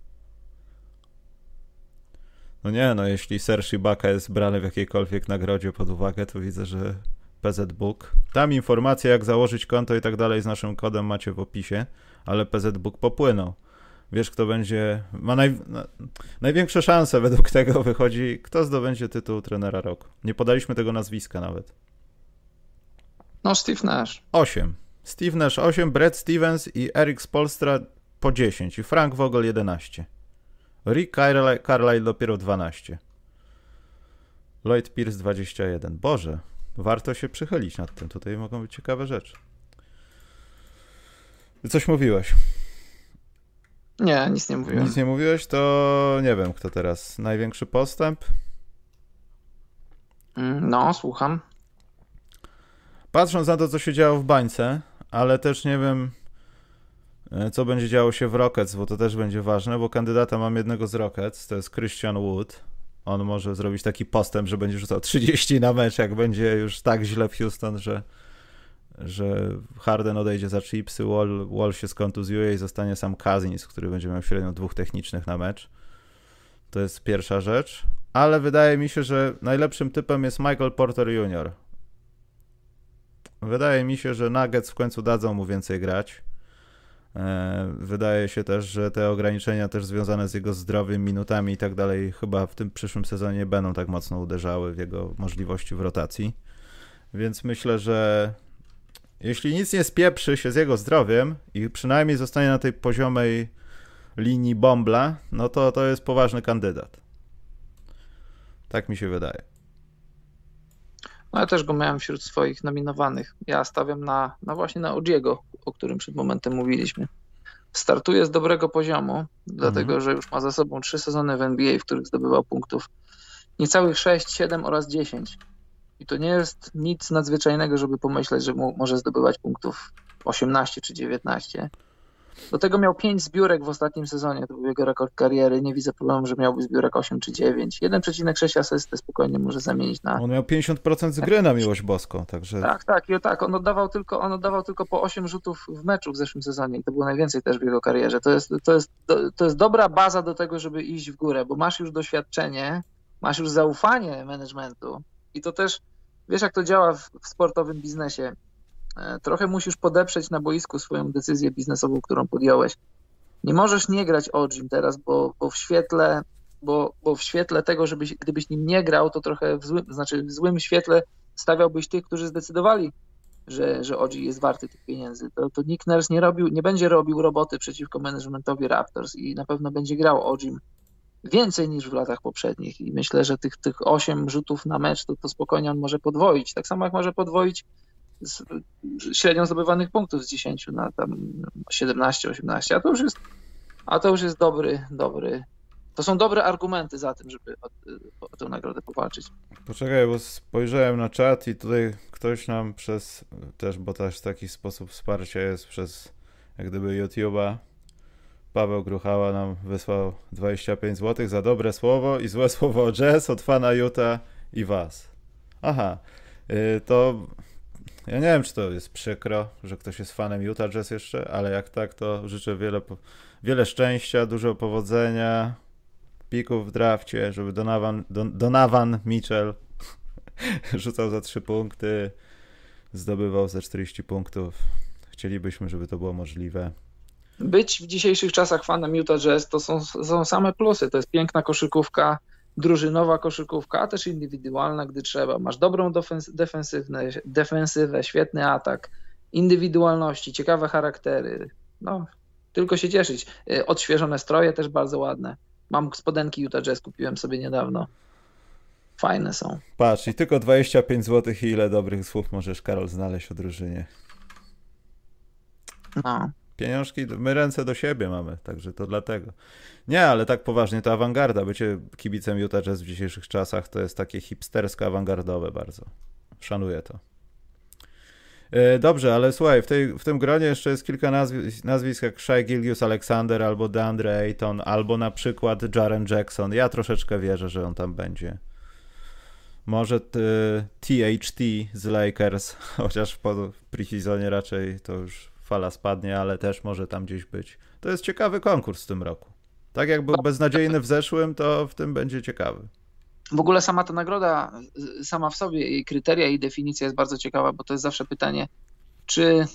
No nie, no jeśli Serge Ibaka jest brany w jakiejkolwiek nagrodzie pod uwagę, to widzę, że PZ Book. Tam informacje, jak założyć konto i tak dalej z naszym kodem macie w opisie, ale PZ Book popłynął. Wiesz, kto będzie... Ma największe szanse według tego wychodzi, kto zdobędzie tytuł trenera roku. Nie podaliśmy tego nazwiska nawet. No, Steve Nash. 8. Steve Nash 8, Brad Stevens i Eric Spoelstra po 10 i Frank Vogel 11. Rick Carlisle dopiero 12. Lloyd Pierce 21. Boże, warto się przychylić nad tym. Tutaj mogą być ciekawe rzeczy. Ty coś mówiłeś? Nie, nic nie mówiłem. Nic nie mówiłeś? To nie wiem, kto teraz. Największy postęp? No, słucham. Patrząc na to, co się działo w bańce, ale też nie wiem, co będzie działo się w Rockets, bo to też będzie ważne, bo kandydata mam jednego z Rockets, to jest Christian Wood. On może zrobić taki postęp, że będzie rzucał 30 na mecz, jak będzie już tak źle w Houston, że Harden odejdzie za chipsy, Wall się skontuzjuje i zostanie sam Cousins, który będzie miał średnio 2 technicznych na mecz. To jest pierwsza rzecz. Ale wydaje mi się, że najlepszym typem jest Michael Porter Jr. Wydaje mi się, że Nuggets w końcu dadzą mu więcej grać. Wydaje się też, że te ograniczenia też związane z jego zdrowiem, minutami i tak dalej chyba w tym przyszłym sezonie nie będą tak mocno uderzały w jego możliwości w rotacji. Więc myślę, że jeśli nic nie spieprzy się z jego zdrowiem i przynajmniej zostanie na tej poziomej linii Bombla, no to jest poważny kandydat. Tak mi się wydaje. No ja też go miałem wśród swoich nominowanych. Ja stawiam właśnie na Ogiego, o którym przed momentem mówiliśmy. Startuje z dobrego poziomu, dlatego że już ma za sobą 3 sezony w NBA, w których zdobywał punktów niecałych 6, 7 oraz 10. I to nie jest nic nadzwyczajnego, żeby pomyśleć, że może zdobywać punktów 18 czy 19. Do tego miał 5 zbiórek w ostatnim sezonie, to był jego rekord kariery. Nie widzę problemu, że miałby zbiórek 8 czy 9. 1,6 asysty spokojnie może zamienić na... On miał 50% z gry na miłość boską, także... Tak. On oddawał tylko po 8 rzutów w meczu w zeszłym sezonie i to było najwięcej też w jego karierze. To jest dobra baza do tego, żeby iść w górę, bo masz już doświadczenie, masz już zaufanie managementu i to też, wiesz jak to działa w sportowym biznesie. Trochę musisz podeprzeć na boisku swoją decyzję biznesową, którą podjąłeś. Nie możesz nie grać Ogim teraz, bo w świetle tego, gdybyś nim nie grał, to trochę w złym świetle stawiałbyś tych, którzy zdecydowali, że Ogi jest warty tych pieniędzy. To Nick Nurse nie będzie robił roboty przeciwko managementowi Raptors i na pewno będzie grał Ogim więcej niż w latach poprzednich i myślę, że tych 8 rzutów na mecz to spokojnie on może podwoić. Tak samo jak może podwoić średnią zdobywanych punktów z 10 na tam 17-18, a to już jest dobry. To są dobre argumenty za tym, żeby o tę nagrodę powalczyć. Poczekaj, bo spojrzałem na czat i tutaj ktoś nam bo też taki sposób wsparcia jest przez jak gdyby YouTube'a. Paweł Gruchała nam wysłał 25 zł za dobre słowo i złe słowo o Jazz od fana Utah i was. Aha, to ja nie wiem, czy to jest przykro, że ktoś jest fanem Utah Jazz jeszcze, ale jak tak, to życzę wiele szczęścia, dużo powodzenia, pików w drafcie, żeby Donovan Mitchell rzucał za 3 punkty, zdobywał za 40 punktów. Chcielibyśmy, żeby to było możliwe. Być w dzisiejszych czasach fanem Utah Jazz to są same plusy. To jest piękna koszykówka, drużynowa koszykówka, a też indywidualna, gdy trzeba. Masz dobrą defensywę, świetny atak, indywidualności, ciekawe charaktery. No, tylko się cieszyć. Odświeżone stroje też bardzo ładne. Mam spodenki Utah Jazz, kupiłem sobie niedawno. Fajne są. Patrz, i tylko 25 zł i ile dobrych słów możesz, Karol, znaleźć o drużynie. No. Pieniążki, my ręce do siebie mamy, także to dlatego. Nie, ale tak poważnie, to awangarda, bycie kibicem Utah Jazz w dzisiejszych czasach to jest takie hipstersko-awangardowe bardzo. Szanuję to. Dobrze, ale słuchaj, w tym gronie jeszcze jest kilka nazwisk jak Shai Gilgeous-Alexander albo DeAndre Ayton, albo na przykład Jaren Jackson. Ja troszeczkę wierzę, że on tam będzie. Może THT z Lakers, chociaż w pre-seasonie raczej to już fala spadnie, ale też może tam gdzieś być. To jest ciekawy konkurs w tym roku. Tak jak był beznadziejny w zeszłym, to w tym będzie ciekawy. W ogóle sama ta nagroda, sama w sobie, jej kryteria i definicja jest bardzo ciekawa, bo to jest zawsze pytanie, czy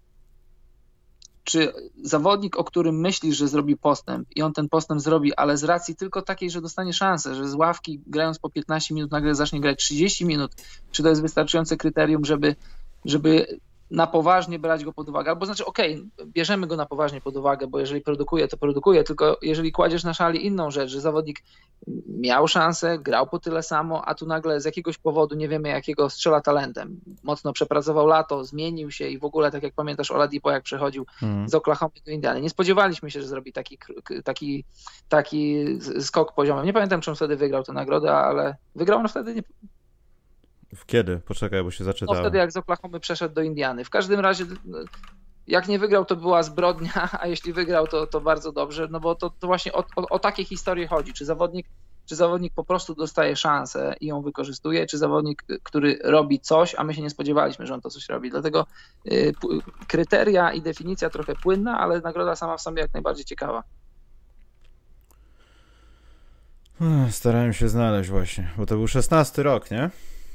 zawodnik, o którym myślisz, że zrobi postęp i on ten postęp zrobi, ale z racji tylko takiej, że dostanie szansę, że z ławki grając po 15 minut nagle zacznie grać 30 minut, czy to jest wystarczające kryterium, żeby na poważnie brać go pod uwagę, albo znaczy bierzemy go na poważnie pod uwagę, bo jeżeli produkuje, to produkuje, tylko jeżeli kładziesz na szali inną rzecz, że zawodnik miał szansę, grał po tyle samo, a tu nagle z jakiegoś powodu, nie wiemy jakiego, strzela talentem, mocno przepracował lato, zmienił się i w ogóle, tak jak pamiętasz Oladipo, jak przechodził z Oklahomy do Indiany. Nie spodziewaliśmy się, że zrobi taki skok poziomem. Nie pamiętam, czy on wtedy wygrał tę nagrodę, ale wygrał on wtedy? Nie. Kiedy? Poczekaj, bo się zaczytałem. No wtedy jak z Oklahomy przeszedł do Indiany. W każdym razie, jak nie wygrał, to była zbrodnia, a jeśli wygrał, to bardzo dobrze, no bo to właśnie o takie historie chodzi. Czy zawodnik po prostu dostaje szansę i ją wykorzystuje, czy zawodnik, który robi coś, a my się nie spodziewaliśmy, że on to coś robi. Dlatego kryteria i definicja trochę płynna, ale nagroda sama w sobie jak najbardziej ciekawa. Starałem się znaleźć właśnie, bo to był 16 rok, nie?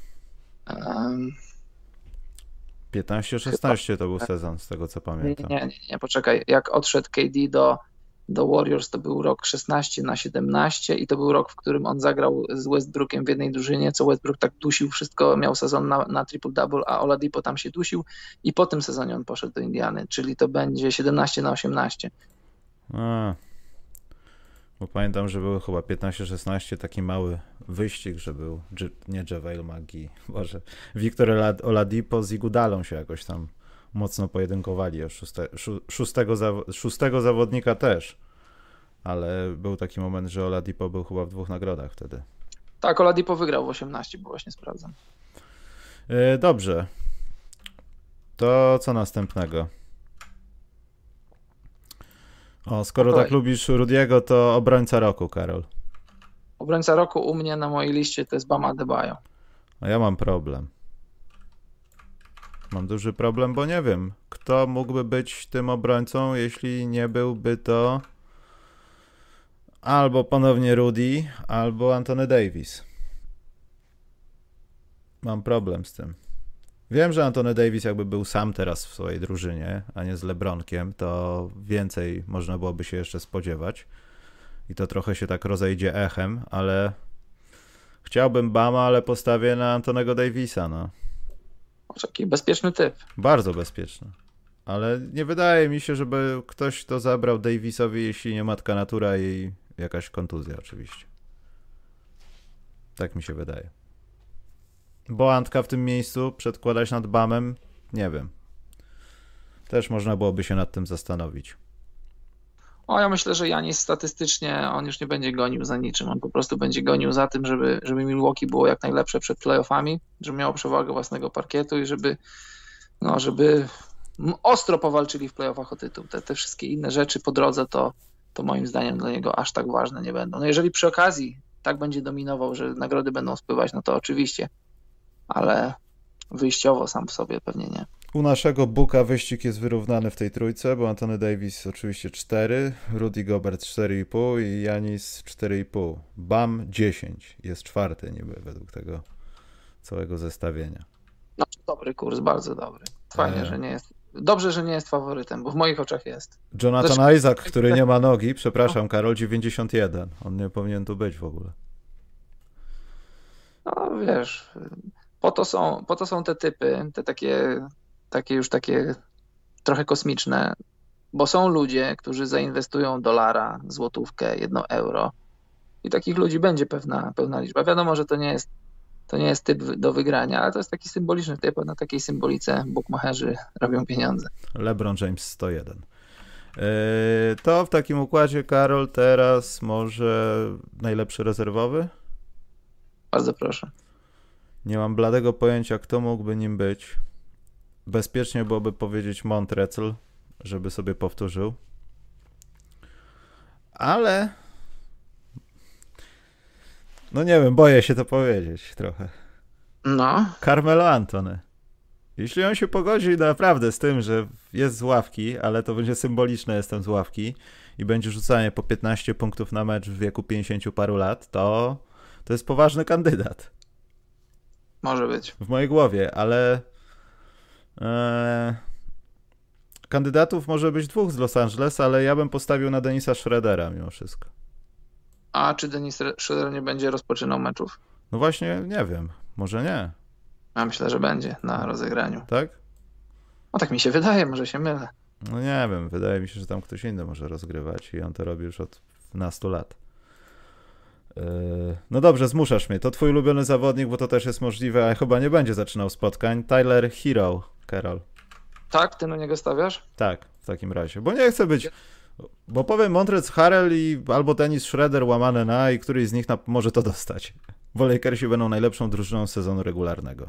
15-16 to był sezon, z tego co pamiętam. Nie, poczekaj. Jak odszedł KD do Warriors, to był rok 16-17 i to był rok, w którym on zagrał z Westbrookiem w jednej drużynie, co Westbrook tak dusił wszystko, miał sezon na triple-double, a Oladipo tam się dusił i po tym sezonie on poszedł do Indiany, czyli to będzie 17-18. Bo pamiętam, że było chyba 15-16 taki mały wyścig, że był nie JaVale McGee, boże, Victor Oladipo z Igudalą się jakoś tam mocno pojedynkowali o szóstego zawodnika też, ale był taki moment, że Oladipo był chyba w 2 nagrodach wtedy. Tak, Oladipo wygrał w 18, bo właśnie sprawdzam. Dobrze. To co następnego? Skoro tak lubisz Rudiego, to obrońca roku, Karol. Obrońca roku u mnie na mojej liście to jest Bam Adebayo. A ja mam problem. Mam duży problem, bo nie wiem, kto mógłby być tym obrońcą, jeśli nie byłby to albo ponownie Rudy, albo Anthony Davis. Mam problem z tym. Wiem, że Anthony Davis jakby był sam teraz w swojej drużynie, a nie z LeBronkiem, to więcej można byłoby się jeszcze spodziewać. I to trochę się tak rozejdzie echem, ale chciałbym Bama, ale postawię na Antonego Davisa, no. Taki bezpieczny typ. Bardzo bezpieczny. Ale nie wydaje mi się, żeby ktoś to zabrał Davisowi, jeśli nie matka natura i jakaś kontuzja oczywiście. Tak mi się wydaje. Bo Antka w tym miejscu przedkładać nad Bamem, nie wiem. Też można byłoby się nad tym zastanowić. Ja myślę, że Janis statystycznie on już nie będzie gonił za niczym. On po prostu będzie gonił za tym, żeby Milwaukee było jak najlepsze przed playoffami, żeby miało przewagę własnego parkietu i żeby ostro powalczyli w playoffach o tytuł. Te wszystkie inne rzeczy po drodze to moim zdaniem dla niego aż tak ważne nie będą. No jeżeli przy okazji tak będzie dominował, że nagrody będą spływać, no to oczywiście, ale wyjściowo sam w sobie pewnie nie. U naszego Booka wyścig jest wyrównany w tej trójce, bo Anthony Davis oczywiście 4, Rudy Gobert 4,5 i Janis 4,5. Bam 10 jest czwarty niby według tego całego zestawienia. No, dobry kurs, bardzo dobry. Fajnie, że nie jest. Dobrze, że nie jest faworytem, bo w moich oczach jest. Jonathan Isaac, który nie ma nogi, przepraszam Karol, 91. On nie powinien tu być w ogóle. No wiesz, po to są te typy, te takie już takie trochę kosmiczne, bo są ludzie, którzy zainwestują dolara, złotówkę, 1 euro i takich ludzi będzie pewna liczba. Wiadomo, że to nie jest typ do wygrania, ale to jest taki symboliczny typ, na takiej symbolice bukmacherzy robią pieniądze. LeBron James 101. To w takim układzie, Karol, teraz może najlepszy rezerwowy? Bardzo proszę. Nie mam bladego pojęcia, kto mógłby nim być. Bezpiecznie byłoby powiedzieć Montrezl, żeby sobie powtórzył. Ale no nie wiem, boję się to powiedzieć trochę. No. Carmelo Anthony. Jeśli on się pogodzi naprawdę z tym, że jest z ławki, ale to będzie symboliczne, jestem z ławki i będzie rzucanie po 15 punktów na mecz w wieku 50 paru lat, to jest poważny kandydat. Może być. W mojej głowie, ale kandydatów może być 2 z Los Angeles, ale ja bym postawił na Denisa Schroedera mimo wszystko. A czy Dennis Schroeder nie będzie rozpoczynał meczów? No właśnie, nie wiem. Może nie. Ja myślę, że będzie na rozegraniu. Tak? No tak mi się wydaje, może się mylę. No nie wiem, wydaje mi się, że tam ktoś inny może rozgrywać i on to robi już od 15 lat. No dobrze, zmuszasz mnie. To twój ulubiony zawodnik, bo to też jest możliwe, a chyba nie będzie zaczynał spotkań. Tyler Hero, Karol. Tak? Ty na niego stawiasz? Tak, w takim razie. Bo nie chcę być... Bo powiem Montrezl Harrell i albo Dennis Schroeder łamane na i któryś z nich może to dostać. Bo Lakersi będą najlepszą drużyną sezonu regularnego.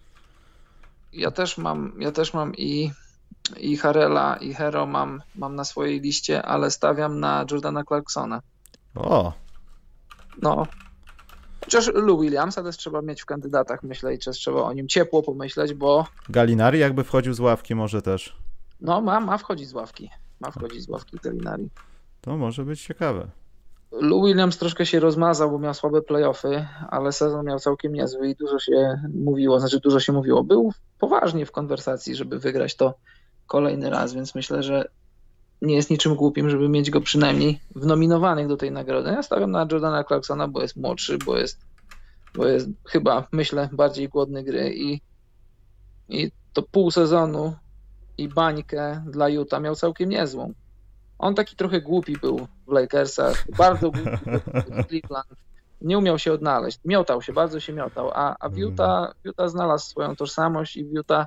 Ja też mam i Harrella, i Hero mam na swojej liście, ale stawiam na Jordana Clarksona. O! No. Chociaż Lou Williamsa też trzeba mieć w kandydatach, myślę, i trzeba o nim ciepło pomyśleć, bo... Gallinari jakby wchodził z ławki może też. No, ma wchodzić z ławki. Ma wchodzić z ławki Gallinari. To może być ciekawe. Lou Williams troszkę się rozmazał, bo miał słabe play-offy, ale sezon miał całkiem niezły i dużo się mówiło. Był poważnie w konwersacji, żeby wygrać to kolejny raz, więc myślę, że nie jest niczym głupim, żeby mieć go przynajmniej w nominowanych do tej nagrody. Ja stawiam na Jordana Clarksona, bo jest młodszy, bo jest chyba, myślę, bardziej głodny gry i to pół sezonu i bańkę dla Utah miał całkiem niezłą. On taki trochę głupi był w Lakersach, bardzo głupi w Cleveland. Nie umiał się odnaleźć. Miotał się, bardzo się miotał, a w Utah znalazł swoją tożsamość i w Utah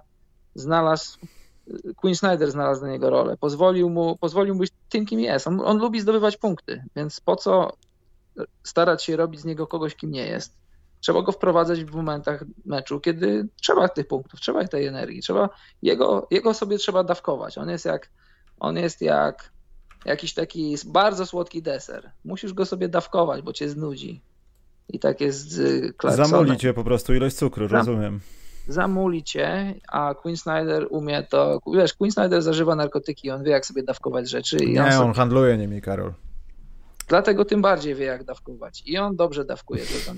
Quinn Snyder znalazł dla niego rolę. Pozwolił mu być tym, kim jest. On lubi zdobywać punkty, więc po co starać się robić z niego kogoś, kim nie jest? Trzeba go wprowadzać w momentach meczu, kiedy trzeba tych punktów, trzeba tej energii, jego sobie trzeba dawkować. On jest jak jakiś taki bardzo słodki deser. Musisz go sobie dawkować, bo cię znudzi. I tak jest z Clarksonem. Zamuli cię po prostu ilość cukru, rozumiem. Zamuli cię, a Quinn Snyder umie to... Wiesz, Quinn Snyder zażywa narkotyki, on wie, jak sobie dawkować rzeczy. On handluje nimi, Karol. Dlatego tym bardziej wie, jak dawkować. I on dobrze dawkuje.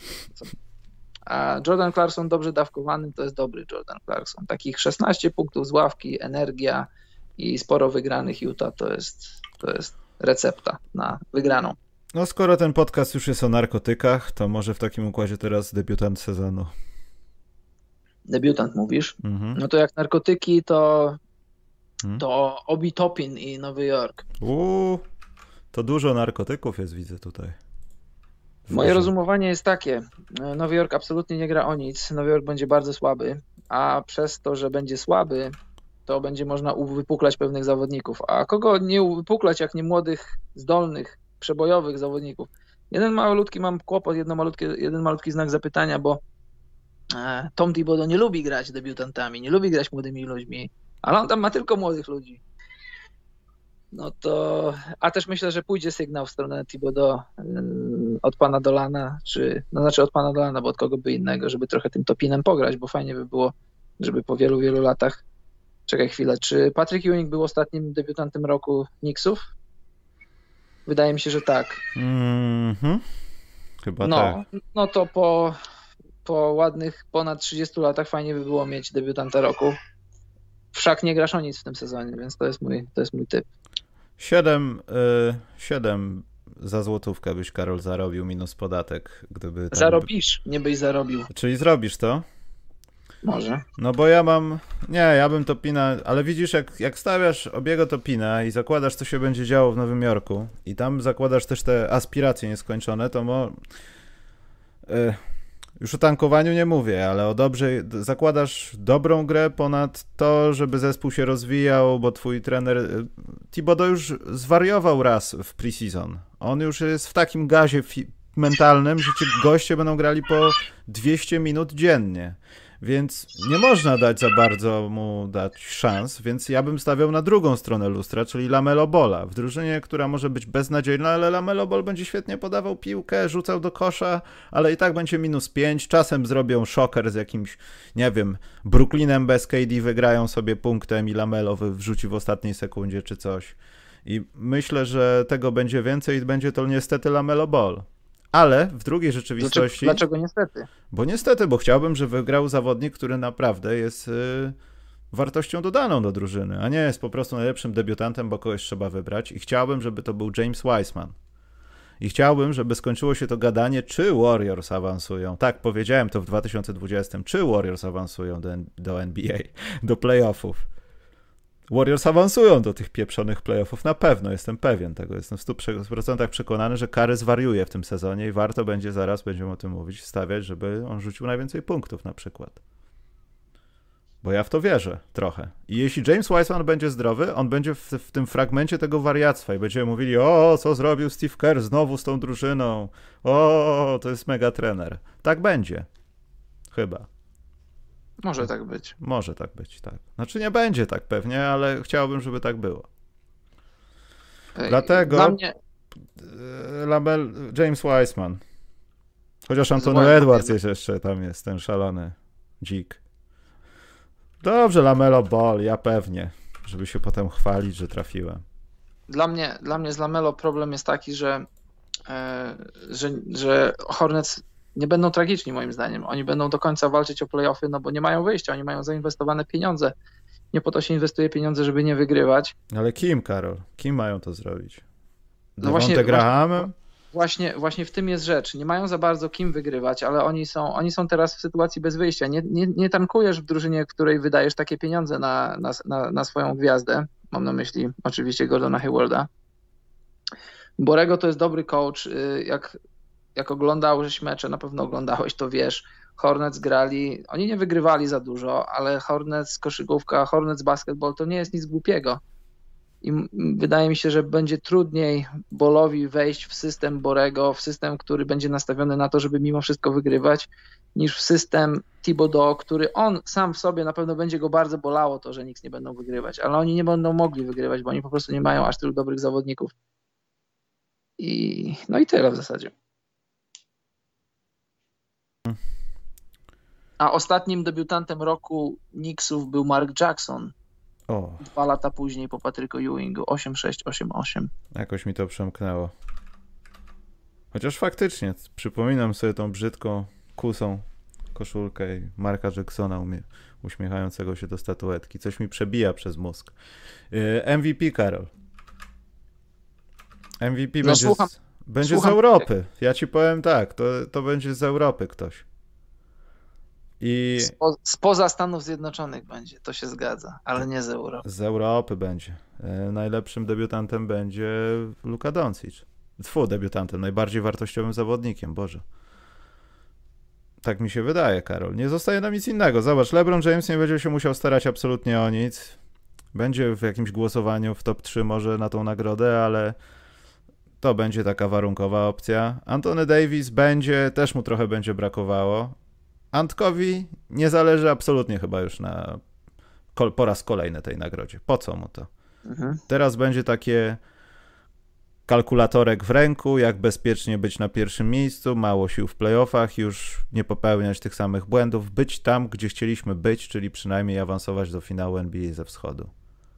A Jordan Clarkson dobrze dawkowany to jest dobry Jordan Clarkson. Takich 16 punktów z ławki, energia i sporo wygranych Utah to jest recepta na wygraną. No skoro ten podcast już jest o narkotykach, to może w takim układzie teraz debiutant sezonu. Debiutant mówisz? Mhm. No to jak narkotyki to Obi Toppin i Nowy Jork. To dużo narkotyków jest, widzę tutaj. Moje rozumowanie jest takie. Nowy Jork absolutnie nie gra o nic. Nowy Jork będzie bardzo słaby, a przez to, że będzie słaby, to będzie można uwypuklać pewnych zawodników. A kogo nie uwypuklać, jak nie młodych, zdolnych, przebojowych zawodników? Mam kłopot, jeden malutki znak zapytania, bo Tom Thibodeau nie lubi grać debiutantami, nie lubi grać młodymi ludźmi, ale on tam ma tylko młodych ludzi. No to, a też myślę, że pójdzie sygnał w stronę Thibodeau od pana Dolana, znaczy od pana Dolana, bo od kogo by innego, żeby trochę tym Topinem pograć, bo fajnie by było, żeby po wielu, wielu latach. Czekaj chwilę, czy Patrick Ewing był ostatnim debiutantem roku Knicksów? Wydaje mi się, że tak. Chyba tak. No to po ładnych ponad 30 latach fajnie by było mieć debiutanta roku. Wszak nie grasz o nic w tym sezonie, więc to jest mój typ. 7 za złotówkę byś, Karol, zarobił minus podatek, gdyby... Zarobisz, nie byś zarobił. Czyli zrobisz to? Może. No bo ja bym Topina, ale widzisz, jak stawiasz obiego Topina i zakładasz, co się będzie działo w Nowym Jorku i tam zakładasz też te aspiracje nieskończone, to już o tankowaniu nie mówię, ale zakładasz dobrą grę ponad to, żeby zespół się rozwijał, bo twój trener Thibodeau już zwariował raz w preseason. On już jest w takim gazie mentalnym, że ci goście będą grali po 200 minut dziennie. Więc nie można za bardzo mu dać szans, więc ja bym stawiał na drugą stronę lustra, czyli Lamelo Balla. W drużynie, która może być beznadziejna, ale Lamelo Ball będzie świetnie podawał piłkę, rzucał do kosza, ale i tak będzie -5. Czasem zrobią szoker z jakimś, nie wiem, Brooklynem bez KD, wygrają sobie punktem i Lamelo wrzuci w ostatniej sekundzie czy coś. I myślę, że tego będzie więcej i będzie to niestety Lamelo Ball. Ale w drugiej rzeczywistości... Dlaczego niestety? Bo chciałbym, żeby wygrał zawodnik, który naprawdę jest wartością dodaną do drużyny, a nie jest po prostu najlepszym debiutantem, bo kogoś trzeba wybrać. I chciałbym, żeby to był James Wiseman. I chciałbym, żeby skończyło się to gadanie, czy Warriors awansują. Tak, powiedziałem to w 2020. Czy Warriors awansują do NBA, do playoffów. Warriors awansują do tych pieprzonych playoffów, na pewno, jestem pewien tego, jestem w 100% przekonany, że Curry zwariuje w tym sezonie i warto będzie, zaraz będziemy o tym mówić, stawiać, żeby on rzucił najwięcej punktów na przykład. Bo ja w to wierzę trochę. I jeśli James Wiseman będzie zdrowy, on będzie w tym fragmencie tego wariactwa i będziemy mówili, o, co zrobił Steve Kerr znowu z tą drużyną, o, to jest mega trener. Tak będzie. Chyba. Może tak być. Może tak być, tak. Znaczy nie będzie tak pewnie, ale chciałbym, żeby tak było. Dlatego Dla mnie... James Wiseman. Chociaż Anthony Edwards jest jeszcze, tam jest ten szalony dzik. Dobrze, Lamelo Ball, ja pewnie, żeby się potem chwalić, że trafiłem. Dla mnie z Lamelo problem jest taki, że Hornets nie będą tragiczni moim zdaniem. Oni będą do końca walczyć o play-offy, no bo nie mają wyjścia, oni mają zainwestowane pieniądze. Nie po to się inwestuje pieniądze, żeby nie wygrywać. Ale kim, Karol? Kim mają to zrobić? No właśnie, Grahamem? Właśnie w tym jest rzecz. Nie mają za bardzo kim wygrywać, ale oni są teraz w sytuacji bez wyjścia. Nie tankujesz w drużynie, w której wydajesz takie pieniądze na swoją gwiazdę. Mam na myśli oczywiście Gordona Haywarda. Borrego to jest dobry coach. Jak oglądałeś mecze, na pewno oglądałeś, to wiesz, Hornets grali, oni nie wygrywali za dużo, ale Hornets koszykówka, Hornets basketball to nie jest nic głupiego. I wydaje mi się, że będzie trudniej Ballowi wejść w system Borrego, w system, który będzie nastawiony na to, żeby mimo wszystko wygrywać, niż w system Thibodeau, który on sam w sobie na pewno będzie go bardzo bolało to, że Knicks nie będą wygrywać, ale oni nie będą mogli wygrywać, bo oni po prostu nie mają aż tylu dobrych zawodników. No i tyle w zasadzie. A ostatnim debiutantem roku Knicksów był Mark Jackson. 2 lata później po Patricku Ewingu. 8-6, 8-8. Jakoś mi to przemknęło. Chociaż faktycznie, przypominam sobie tą brzydką, kusą koszulkę i Marka Jacksona uśmiechającego się do statuetki. Coś mi przebija przez mózg. MVP, Karol. MVP będzie z Europy. Ja ci powiem tak, to będzie z Europy ktoś. I Spoza Stanów Zjednoczonych będzie, to się zgadza, ale nie z Europy. z Europy będzie. Najlepszym debiutantem będzie Luka Doncic. Debiutantem, najbardziej wartościowym zawodnikiem, Boże. Tak mi się wydaje, Karol. Nie zostaje nam nic innego. Zobacz, LeBron James nie będzie się musiał starać absolutnie o nic. Będzie w jakimś głosowaniu w top 3 może na tą nagrodę, ale to będzie taka warunkowa opcja. Anthony Davis będzie, też mu trochę będzie brakowało. Antkowi nie zależy absolutnie chyba już po raz kolejny tej nagrodzie. Po co mu to? Teraz będzie takie kalkulatorek w ręku, jak bezpiecznie być na pierwszym miejscu, mało sił w playoffach, już nie popełniać tych samych błędów, być tam, gdzie chcieliśmy być, czyli przynajmniej awansować do finału NBA ze wschodu.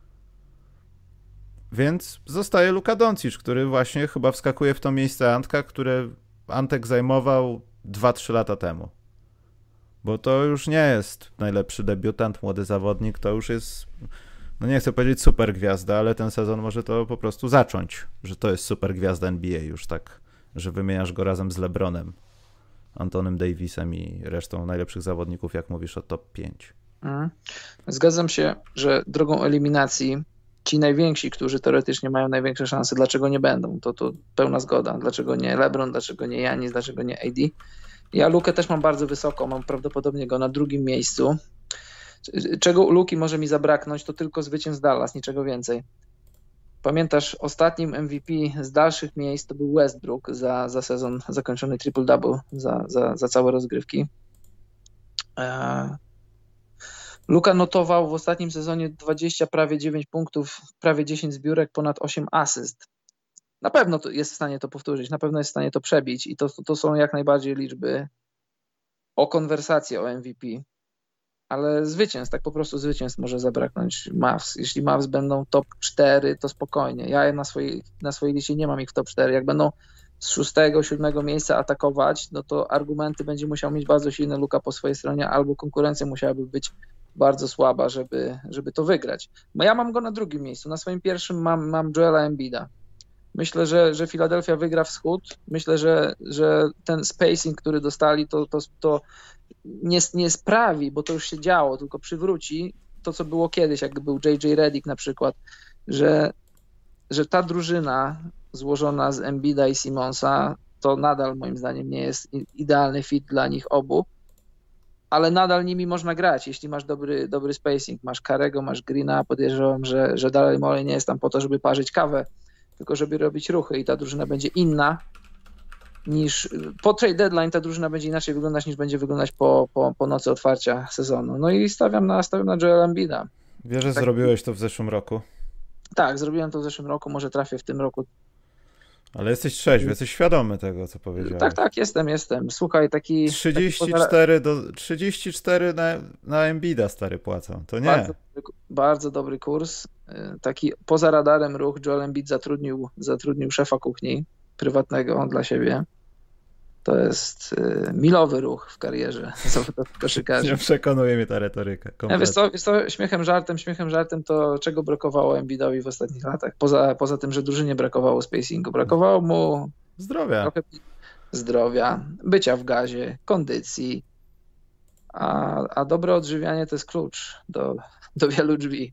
Więc zostaje Luka Doncic, który właśnie chyba wskakuje w to miejsce Antka, które Antek zajmował 2-3 lata temu. Bo to już nie jest najlepszy debiutant, młody zawodnik, to już jest, no nie chcę powiedzieć super gwiazda, ale ten sezon może to po prostu zacząć, że to jest super gwiazda NBA już tak, że wymieniasz go razem z LeBronem, Antonym Davisem i resztą najlepszych zawodników, jak mówisz o top 5. Zgadzam się, że drogą eliminacji ci najwięksi, którzy teoretycznie mają największe szanse, dlaczego nie będą? To pełna zgoda. Dlaczego nie LeBron, dlaczego nie Giannis, dlaczego nie AD? Ja Lukę też mam bardzo wysoko, mam prawdopodobnie go na drugim miejscu. Czego u Luki może mi zabraknąć, to tylko zwycięstw Dallas, niczego więcej. Pamiętasz, ostatnim MVP z dalszych miejsc to był Westbrook za sezon zakończony triple-double, za całe rozgrywki. Luka notował w ostatnim sezonie 20, prawie 9 punktów, prawie 10 zbiórek, ponad 8 asyst. Na pewno jest w stanie to powtórzyć, na pewno jest w stanie to przebić i to są jak najbardziej liczby o konwersację o MVP. Ale zwycięstw, tak po prostu zwycięstw może zabraknąć Mavs. Jeśli Mavs będą top 4, to spokojnie. Ja na swojej liście nie mam ich w top 4. Jak będą z 6, 7 miejsca atakować, no to argumenty będzie musiał mieć bardzo silny Luka po swojej stronie, albo konkurencja musiałaby być bardzo słaba, żeby to wygrać. Bo ja mam go na drugim miejscu. Na swoim pierwszym mam Joela Embida. Myślę, że Philadelphia wygra wschód. Myślę, że ten spacing, który dostali, to nie sprawi, bo to już się działo, tylko przywróci to, co było kiedyś, jak był J.J. Redick na przykład, że ta drużyna złożona z Embida i Simonsa to nadal moim zdaniem nie jest idealny fit dla nich obu, ale nadal nimi można grać, jeśli masz dobry spacing, masz Karego, masz Greena, podejrzewam, że dalej Morey nie jest tam po to, żeby parzyć kawę, tylko żeby robić ruchy i ta drużyna będzie inna niż po trade deadline, ta drużyna będzie inaczej wyglądać niż będzie wyglądać po nocy otwarcia sezonu. No i stawiam na Joela Embida. Wiesz, że zrobiłeś to w zeszłym roku? Tak, zrobiłem to w zeszłym roku, może trafię w tym roku. Ale jesteś trzeźwy, jesteś świadomy tego, co powiedziałeś. Tak, jestem. Słuchaj, 34 na Embida stary płacą, to nie. Bardzo, bardzo dobry kurs. Taki poza radarem ruch. Joel Embiid zatrudnił szefa kuchni prywatnego dla siebie. To jest milowy ruch w karierze koszykarzy. Nie przekonuje mnie ta retoryka. Wiesz co, śmiechem, żartem to czego brakowało Embiidowi w ostatnich latach? Poza tym, że drużynie brakowało spacingu. Brakowało mu zdrowia, bycia w gazie, kondycji, a dobre odżywianie to jest klucz do wielu drzwi.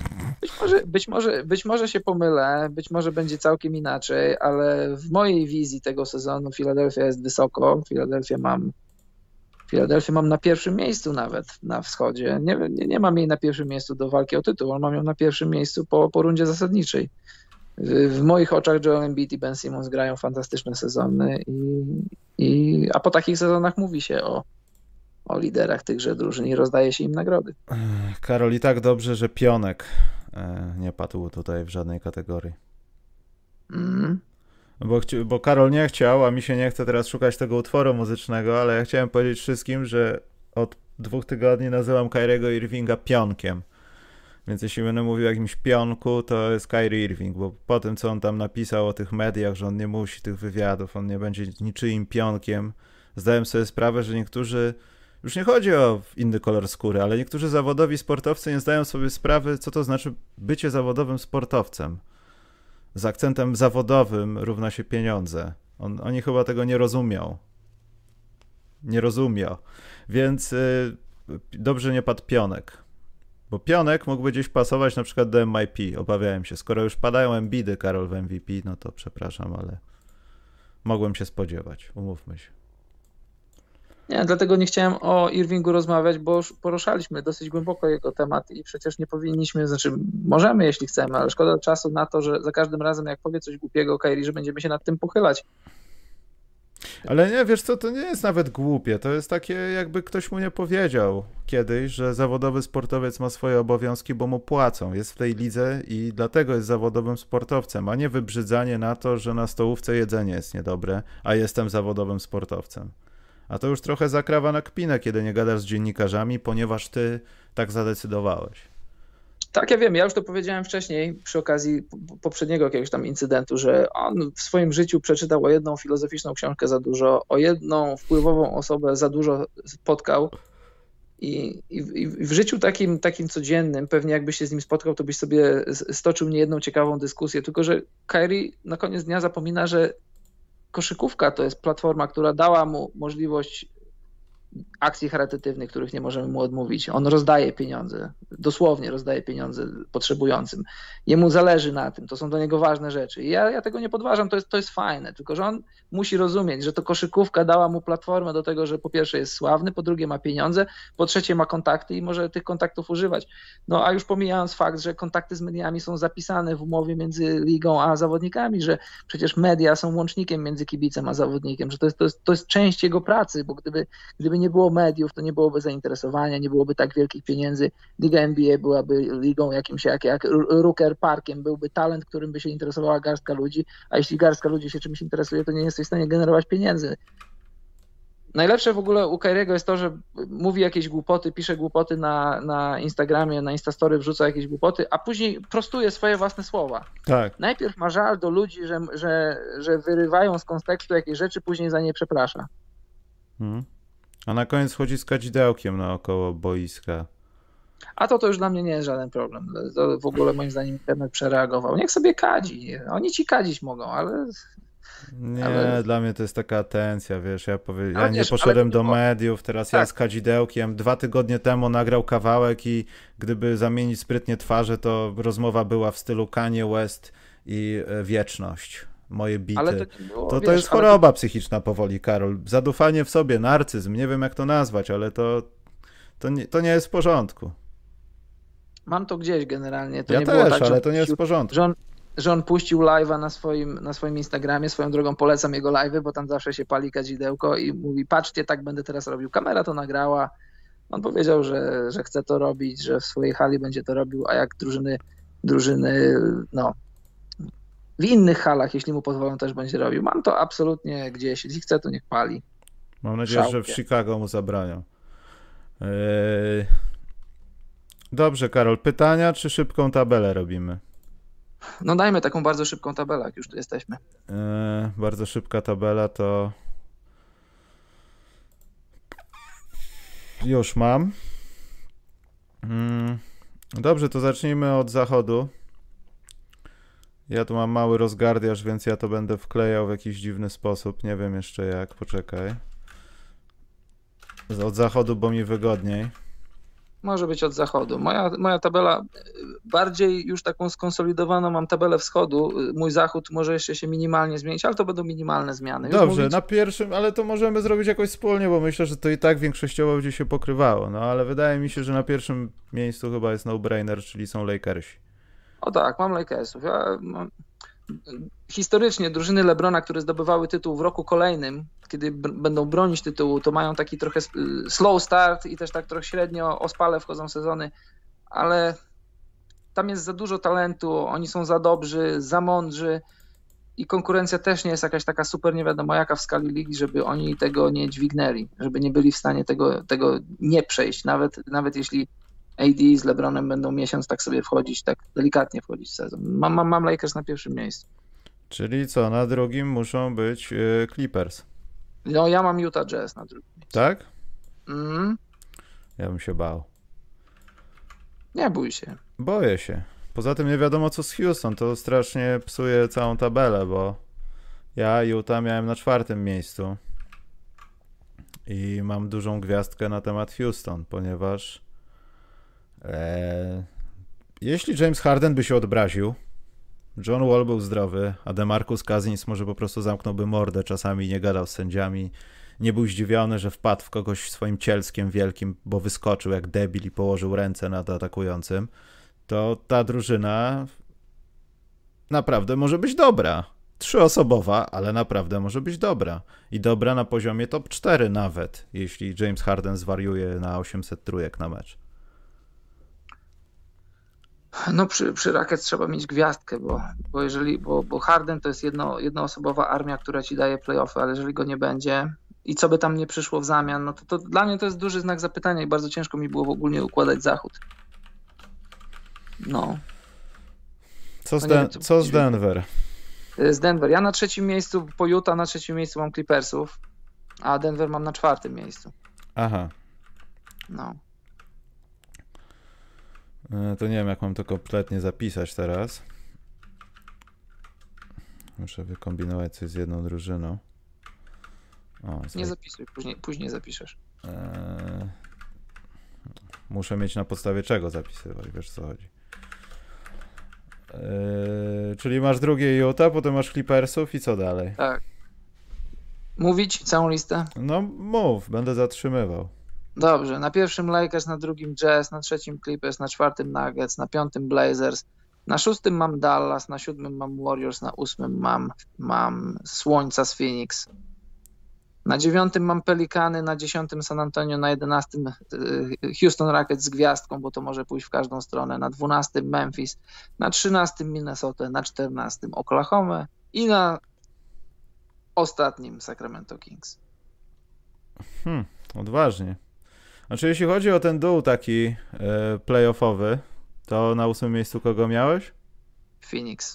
Być może się pomylę, być może będzie całkiem inaczej, ale w mojej wizji tego sezonu Philadelphia jest wysoko. Philadelphia mam na pierwszym miejscu nawet na wschodzie. Nie mam jej na pierwszym miejscu do walki o tytuł, ale mam ją na pierwszym miejscu po rundzie zasadniczej. W moich oczach Joel Embiid i Ben Simmons grają fantastyczne sezony a po takich sezonach mówi się o liderach tychże drużyn i rozdaje się im nagrody. Karol, i tak dobrze, że Pionek nie padł tutaj w żadnej kategorii. Bo Karol nie chciał, a mi się nie chce teraz szukać tego utworu muzycznego, ale ja chciałem powiedzieć wszystkim, że od 2 tygodni nazywam Kyriego Irvinga pionkiem. Więc jeśli będę mówił o jakimś pionku, to jest Kyrie Irving, bo po tym, co on tam napisał o tych mediach, że on nie musi tych wywiadów, on nie będzie niczyim pionkiem, zdałem sobie sprawę, że niektórzy, już nie chodzi o inny kolor skóry, ale niektórzy zawodowi sportowcy nie zdają sobie sprawy, co to znaczy bycie zawodowym sportowcem. Z akcentem zawodowym równa się pieniądze. Oni chyba tego nie rozumią. Nie rozumie. Więc dobrze nie padł Pionek. Bo Pionek mógłby gdzieś pasować na przykład do MIP. Obawiałem się. Skoro już padają Embiidy, Karol, w MVP, no to przepraszam, ale mogłem się spodziewać. Umówmy się. Nie, dlatego nie chciałem o Irvingu rozmawiać, bo już poruszaliśmy dosyć głęboko jego temat i przecież nie powinniśmy, znaczy możemy, jeśli chcemy, ale szkoda czasu na to, że za każdym razem jak powie coś głupiego o Kyrie, że będziemy się nad tym pochylać. Ale nie, wiesz co, to nie jest nawet głupie, to jest takie, jakby ktoś mu nie powiedział kiedyś, że zawodowy sportowiec ma swoje obowiązki, bo mu płacą, jest w tej lidze i dlatego jest zawodowym sportowcem, a nie wybrzydzanie na to, że na stołówce jedzenie jest niedobre, a jestem zawodowym sportowcem. A to już trochę zakrawa na kpinę, kiedy nie gadasz z dziennikarzami, ponieważ ty tak zadecydowałeś. Tak, ja wiem, ja już to powiedziałem wcześniej przy okazji poprzedniego jakiegoś tam incydentu, że on w swoim życiu przeczytał o jedną filozoficzną książkę za dużo, o jedną wpływową osobę za dużo spotkał i w życiu takim codziennym, pewnie jakbyś się z nim spotkał, to byś sobie stoczył niejedną ciekawą dyskusję, tylko że Kyrie na koniec dnia zapomina, że koszykówka to jest platforma, która dała mu możliwość akcji charytatywnych, których nie możemy mu odmówić. On rozdaje pieniądze, dosłownie rozdaje pieniądze potrzebującym. Jemu zależy na tym, to są dla niego ważne rzeczy. I ja tego nie podważam, to jest fajne, tylko że on musi rozumieć, że to koszykówka dała mu platformę do tego, że po pierwsze jest sławny, po drugie ma pieniądze, po trzecie ma kontakty i może tych kontaktów używać. No a już pomijając fakt, że kontakty z mediami są zapisane w umowie między ligą a zawodnikami, że przecież media są łącznikiem między kibicem a zawodnikiem, że to jest część jego pracy, bo gdyby nie było mediów, to nie byłoby zainteresowania, nie byłoby tak wielkich pieniędzy. Liga NBA byłaby ligą jakimś jak Rooker Parkiem, byłby talent, którym by się interesowała garstka ludzi, a jeśli garstka ludzi się czymś interesuje, to nie jesteś w stanie generować pieniędzy. Najlepsze w ogóle u Kyriego jest to, że mówi jakieś głupoty, pisze głupoty na Instagramie, na Instastory wrzuca jakieś głupoty, a później prostuje swoje własne słowa. Tak. Najpierw ma żal do ludzi, że wyrywają z kontekstu jakieś rzeczy, później za nie przeprasza. A na koniec chodzi z kadzidełkiem naokoło boiska. A to już dla mnie nie jest żaden problem. To w ogóle moim zdaniem internet przereagował. Niech sobie kadzi. Oni ci kadzić mogą, ale... Nie, dla mnie to jest taka atencja, wiesz, ja nie poszedłem do mediów, teraz tak. Ja z kadzidełkiem 2 tygodnie temu nagrał kawałek i gdyby zamienić sprytnie twarze, to rozmowa była w stylu Kanye West i Wieczność. Moje bity. Ale to jest choroba psychiczna powoli, Karol. Zadufanie w sobie, narcyzm, nie wiem jak to nazwać, ale to nie jest w porządku. Mam to gdzieś generalnie. To ja nie też, było tak, ale to nie jest w porządku. Że on puścił live'a na swoim Instagramie, swoją drogą polecam jego live'y, bo tam zawsze się pali kadzidełko i mówi, patrzcie, tak będę teraz robił. Kamera to nagrała. On powiedział, że chce to robić, że w swojej hali będzie to robił, a jak drużyny no w innych halach, jeśli mu pozwolą, też będzie robił. Mam to absolutnie gdzieś. Jeśli chce, to niech pali. Mam nadzieję, że w Chicago mu zabranią. Dobrze, Karol. Pytania czy szybką tabelę robimy? No dajmy taką bardzo szybką tabelę, jak już tu jesteśmy. Bardzo szybka tabela to... Już mam. Dobrze, to zacznijmy od zachodu. Ja tu mam mały rozgardiaż, więc ja to będę wklejał w jakiś dziwny sposób. Nie wiem jeszcze jak, poczekaj. Od zachodu, bo mi wygodniej. Może być od zachodu. Moja tabela, bardziej już taką skonsolidowaną mam tabelę wschodu. Mój zachód może jeszcze się minimalnie zmienić, ale to będą minimalne zmiany. Dobrze, na pierwszym, ale to możemy zrobić jakoś wspólnie, bo myślę, że to i tak większościowo będzie się pokrywało. No ale wydaje mi się, że na pierwszym miejscu chyba jest no-brainer, czyli są Lakersi. O tak, mam Lakersów. Historycznie drużyny LeBrona, które zdobywały tytuł w roku kolejnym, kiedy będą bronić tytułu, to mają taki trochę slow start i też tak trochę średnio ospale wchodzą sezony, ale tam jest za dużo talentu, oni są za dobrzy, za mądrzy i konkurencja też nie jest jakaś taka super nie wiadomo jaka w skali ligi, żeby oni tego nie dźwignęli, żeby nie byli w stanie tego nie przejść, nawet jeśli AD z LeBronem będą miesiąc tak sobie wchodzić, tak delikatnie wchodzić w sezon. Mam Lakers na pierwszym miejscu. Czyli co, na drugim muszą być Clippers? No ja mam Utah Jazz na drugim miejscu. Tak? Ja bym się bał. Nie bój się. Boję się. Poza tym nie wiadomo co z Houston, to strasznie psuje całą tabelę, bo ja Utah miałem na 4. miejscu. I mam dużą gwiazdkę na temat Houston, ponieważ jeśli James Harden by się odbraził, John Wall był zdrowy, a DeMarcus Cousins może po prostu zamknąłby mordę czasami, nie gadał z sędziami, nie był zdziwiony, że wpadł w kogoś swoim cielskiem wielkim, bo wyskoczył jak debil i położył ręce nad atakującym, to ta drużyna naprawdę może być dobra. 3-osobowa, ale naprawdę może być dobra. I dobra na poziomie top 4 nawet, jeśli James Harden zwariuje na 800 trójek na mecz. No przy Rockets trzeba mieć gwiazdkę, bo Harden to jest jednoosobowa armia, która ci daje playoffy, ale jeżeli go nie będzie i co by tam nie przyszło w zamian, no to dla mnie to jest duży znak zapytania i bardzo ciężko mi było w ogóle układać zachód. No. Co z Denver? Z Denver. Ja na 3. miejscu po Utah, na 3. miejscu mam Clippersów, a Denver mam na 4. miejscu. Aha. No. To nie wiem, jak mam to kompletnie zapisać teraz. Muszę wykombinować coś z jedną drużyną. Nie zapisuj, później zapiszesz. Muszę mieć na podstawie czego zapisywać, wiesz co chodzi. Czyli masz drugie Utah, potem masz Clippersów i co dalej? Tak. Mówić całą listę? No mów, będę zatrzymywał. Dobrze, na 1. Lakers, na 2. Jazz, na 3. Clippers, na 4. Nuggets, na 5. Blazers, na 6. mam Dallas, na 7. mam Warriors, na 8. mam Słońca z Phoenix. Na 9. mam Pelikany, na 10. San Antonio, na 11. Houston Rockets z gwiazdką, bo to może pójść w każdą stronę, na 12. Memphis, na 13. Minnesota, na 14. Oklahoma i na ostatnim Sacramento Kings. Odważnie. Znaczy jeśli chodzi o ten dół taki playoffowy, to na 8. miejscu kogo miałeś? Phoenix.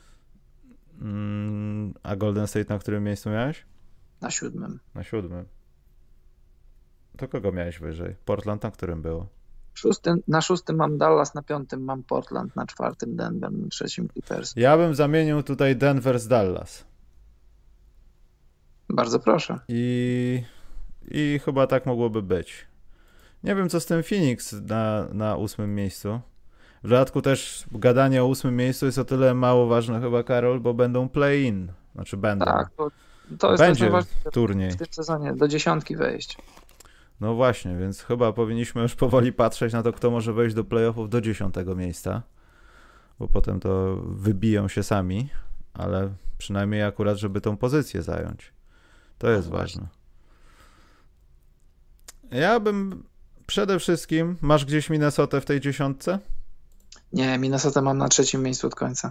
A Golden State na którym miejscu miałeś? Na 7. Na 7. To kogo miałeś wyżej? Portland na którym było? Na 6. mam Dallas, na 5. mam Portland, na 4. Denver, na 3. Clippers. Ja bym zamienił tutaj Denver z Dallas. Bardzo proszę. I chyba tak mogłoby być. Nie wiem co z tym Phoenix na 8. miejscu. W dodatku też gadanie o 8. miejscu jest o tyle mało ważne chyba, Karol, bo będą play-in. Znaczy będą. Tak, to jest będzie najważniejsze turniej w tym sezonie, do 10 wejść. No właśnie, więc chyba powinniśmy już powoli patrzeć na to, kto może wejść do playoffów do 10. miejsca, bo potem to wybiją się sami, ale przynajmniej akurat, żeby tą pozycję zająć. To jest ważne. Ja bym przede wszystkim... Masz gdzieś Minnesotę w tej 10? Nie, Minnesota mam na 3. miejscu od końca.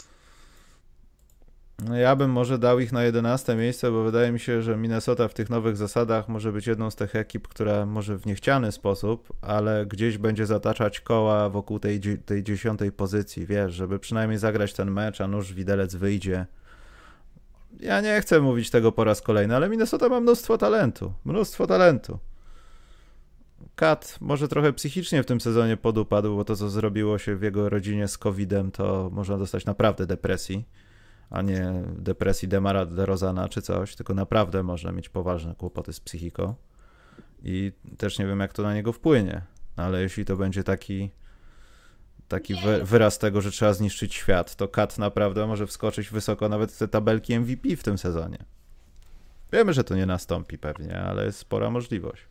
No ja bym może dał ich na 11. miejsce, bo wydaje mi się, że Minnesota w tych nowych zasadach może być jedną z tych ekip, która może w niechciany sposób, ale gdzieś będzie zataczać koła wokół tej 10. pozycji, wiesz, żeby przynajmniej zagrać ten mecz, a nuż widelec wyjdzie. Ja nie chcę mówić tego po raz kolejny, ale Minnesota ma mnóstwo talentu. Mnóstwo talentu. Kat może trochę psychicznie w tym sezonie podupadł, bo to, co zrobiło się w jego rodzinie z COVID-em, to można dostać naprawdę depresji, a nie depresji Demara DeRozana czy coś, tylko naprawdę można mieć poważne kłopoty z psychiką i też nie wiem, jak to na niego wpłynie, ale jeśli to będzie taki wyraz tego, że trzeba zniszczyć świat, to Kat naprawdę może wskoczyć wysoko nawet w te tabelki MVP w tym sezonie. Wiemy, że to nie nastąpi pewnie, ale jest spora możliwość.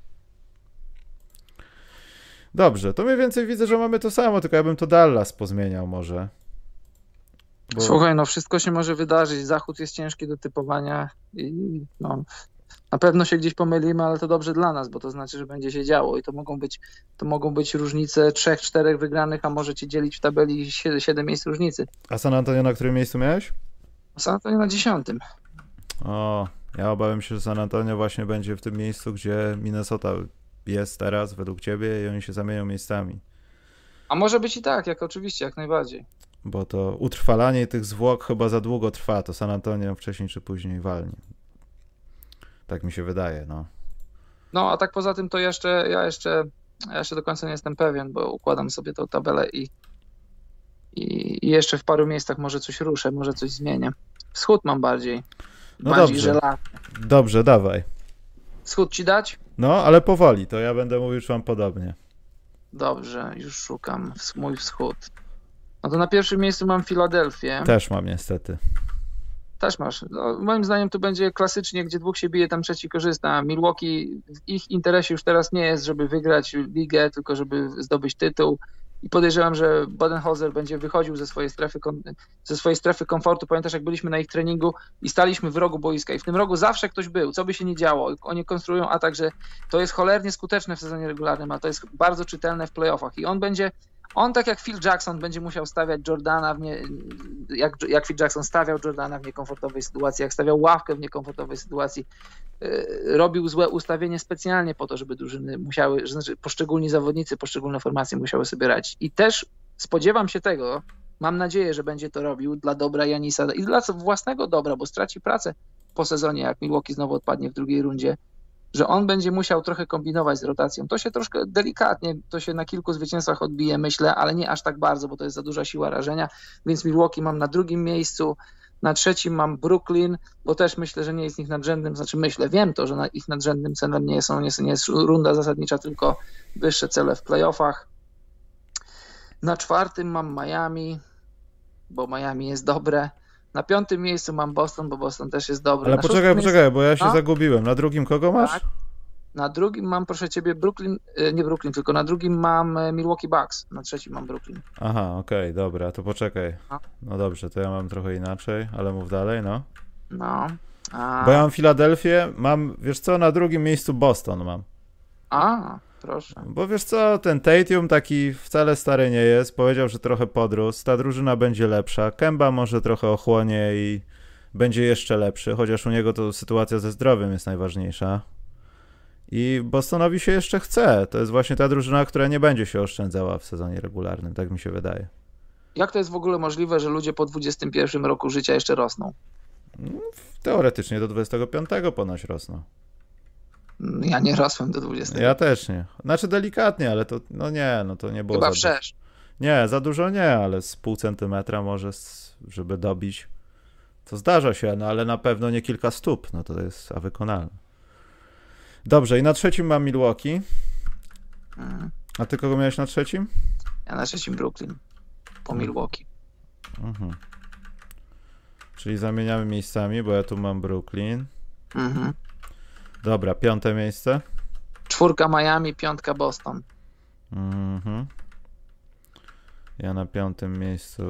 Dobrze, to mniej więcej widzę, że mamy to samo, tylko ja bym to Dallas pozmieniał może. Bo... Słuchaj, no wszystko się może wydarzyć. Zachód jest ciężki do typowania i no, na pewno się gdzieś pomylimy, ale to dobrze dla nas, bo to znaczy, że będzie się działo i to mogą być różnice 3-4 wygranych, a może cię dzielić w tabeli 7 miejsc różnicy. A San Antonio na którym miejscu miałeś? San Antonio na 10. O, ja obawiam się, że San Antonio właśnie będzie w tym miejscu, gdzie Minnesota jest teraz według ciebie i oni się zamienią miejscami. A może być i tak, oczywiście, jak najbardziej. Bo to utrwalanie tych zwłok chyba za długo trwa, to San Antonio wcześniej czy później walnie. Tak mi się wydaje, no. No, a tak poza tym to ja jeszcze do końca nie jestem pewien, bo układam sobie tą tabelę i jeszcze w paru miejscach może coś ruszę, może coś zmienię. Wschód mam bardziej dobrze. żelazny. Dobrze, dawaj. Wschód ci dać? No, ale powoli, to ja będę mówił, czy mam podobnie. Dobrze, już szukam mój wschód. No to na pierwszym miejscu mam Filadelfię. Też mam niestety. Też masz. No, moim zdaniem to będzie klasycznie, gdzie dwóch się bije, tam trzeci korzysta. Milwaukee, w ich interesie już teraz nie jest, żeby wygrać ligę, tylko żeby zdobyć tytuł. I podejrzewam, że Budenholzer będzie wychodził ze swojej strefy komfortu. Pamiętasz, jak byliśmy na ich treningu i staliśmy w rogu boiska i w tym rogu zawsze ktoś był, co by się nie działo. Oni konstruują atak, że to jest cholernie skuteczne w sezonie regularnym, a to jest bardzo czytelne w playoffach. I on tak jak Phil Jackson będzie musiał stawiać Jordana, jak Phil Jackson stawiał Jordana w niekomfortowej sytuacji, jak stawiał ławkę w niekomfortowej sytuacji, robił złe ustawienie specjalnie po to, żeby drużyny musiały, znaczy poszczególni zawodnicy, poszczególne formacje musiały sobie radzić. I też spodziewam się tego, mam nadzieję, że będzie to robił dla dobra Janisa i dla własnego dobra, bo straci pracę po sezonie, jak Milwaukee znowu odpadnie w drugiej rundzie, że on będzie musiał trochę kombinować z rotacją. To się troszkę delikatnie, to się na kilku zwycięstwach odbije, myślę, ale nie aż tak bardzo, bo to jest za duża siła rażenia, więc Milwaukee mam na drugim miejscu, na trzecim mam Brooklyn, bo też myślę, że nie jest ich nadrzędnym, wiem to, że ich nadrzędnym celem nie jest runda zasadnicza, tylko wyższe cele w playoffach. Na czwartym mam Miami, bo Miami jest dobre. Na piątym miejscu mam Boston, bo Boston też jest dobry. Ale poczekaj, bo ja się zagubiłem. Na drugim kogo masz? Tak. Na drugim mam, proszę ciebie, nie Brooklyn, tylko na drugim mam Milwaukee Bucks, na trzecim mam Brooklyn. Aha, okej, dobra, to poczekaj. No dobrze, to ja mam trochę inaczej, ale mów dalej, no. No. Bo ja mam Filadelfię, wiesz co, na drugim miejscu Boston mam. Proszę. Bo wiesz co, ten Tatum taki wcale stary nie jest, powiedział, że trochę podrósł, ta drużyna będzie lepsza, Kemba może trochę ochłonie i będzie jeszcze lepszy, chociaż u niego to sytuacja ze zdrowiem jest najważniejsza. I Bostonowi się jeszcze chce, to jest właśnie ta drużyna, która nie będzie się oszczędzała w sezonie regularnym, tak mi się wydaje. Jak to jest w ogóle możliwe, że ludzie po 21 roku życia jeszcze rosną? Teoretycznie do 25 ponoć rosną. Ja nie rosłem do 20. Ja też nie. Znaczy delikatnie, ale to to nie było chyba za wszerz. Nie, za dużo nie, ale z pół centymetra może, żeby dobić. To zdarza się, no ale na pewno nie kilka stóp, no to jest wykonalne. Dobrze, i na trzecim mam Milwaukee. A ty kogo miałeś na trzecim? Ja na trzecim Brooklyn. Po Milwaukee. Czyli zamieniamy miejscami, bo ja tu mam Brooklyn. Mhm. Dobra, piąte miejsce. Czwórka Miami, piątka Boston. Ja na piątym miejscu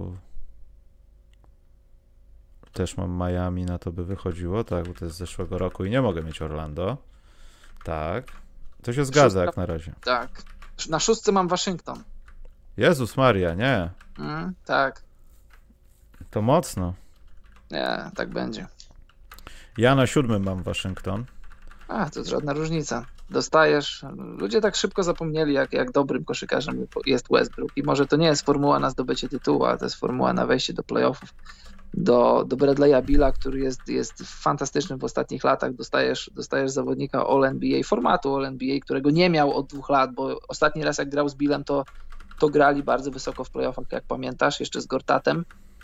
też mam Miami, na to by wychodziło, tak, bo to jest z zeszłego roku i nie mogę mieć Orlando. Tak. To się zgadza jak na razie. Tak. Na szóstce mam Waszyngton. Jezus Maria, nie. Tak. To mocno. Nie, tak będzie. Ja na siódmym mam Waszyngton. To żadna różnica. Dostajesz. Ludzie tak szybko zapomnieli, jak dobrym koszykarzem jest Westbrook. I może to nie jest formuła na zdobycie tytułu, ale to jest formuła na wejście do playoffów. Do Bradley'a Billa, który jest fantastyczny w ostatnich latach. Dostajesz zawodnika All-NBA, formatu All-NBA, którego nie miał od 2 lat, bo ostatni raz jak grał z Billem, to grali bardzo wysoko w playoffach, jak pamiętasz, jeszcze z Gortatem.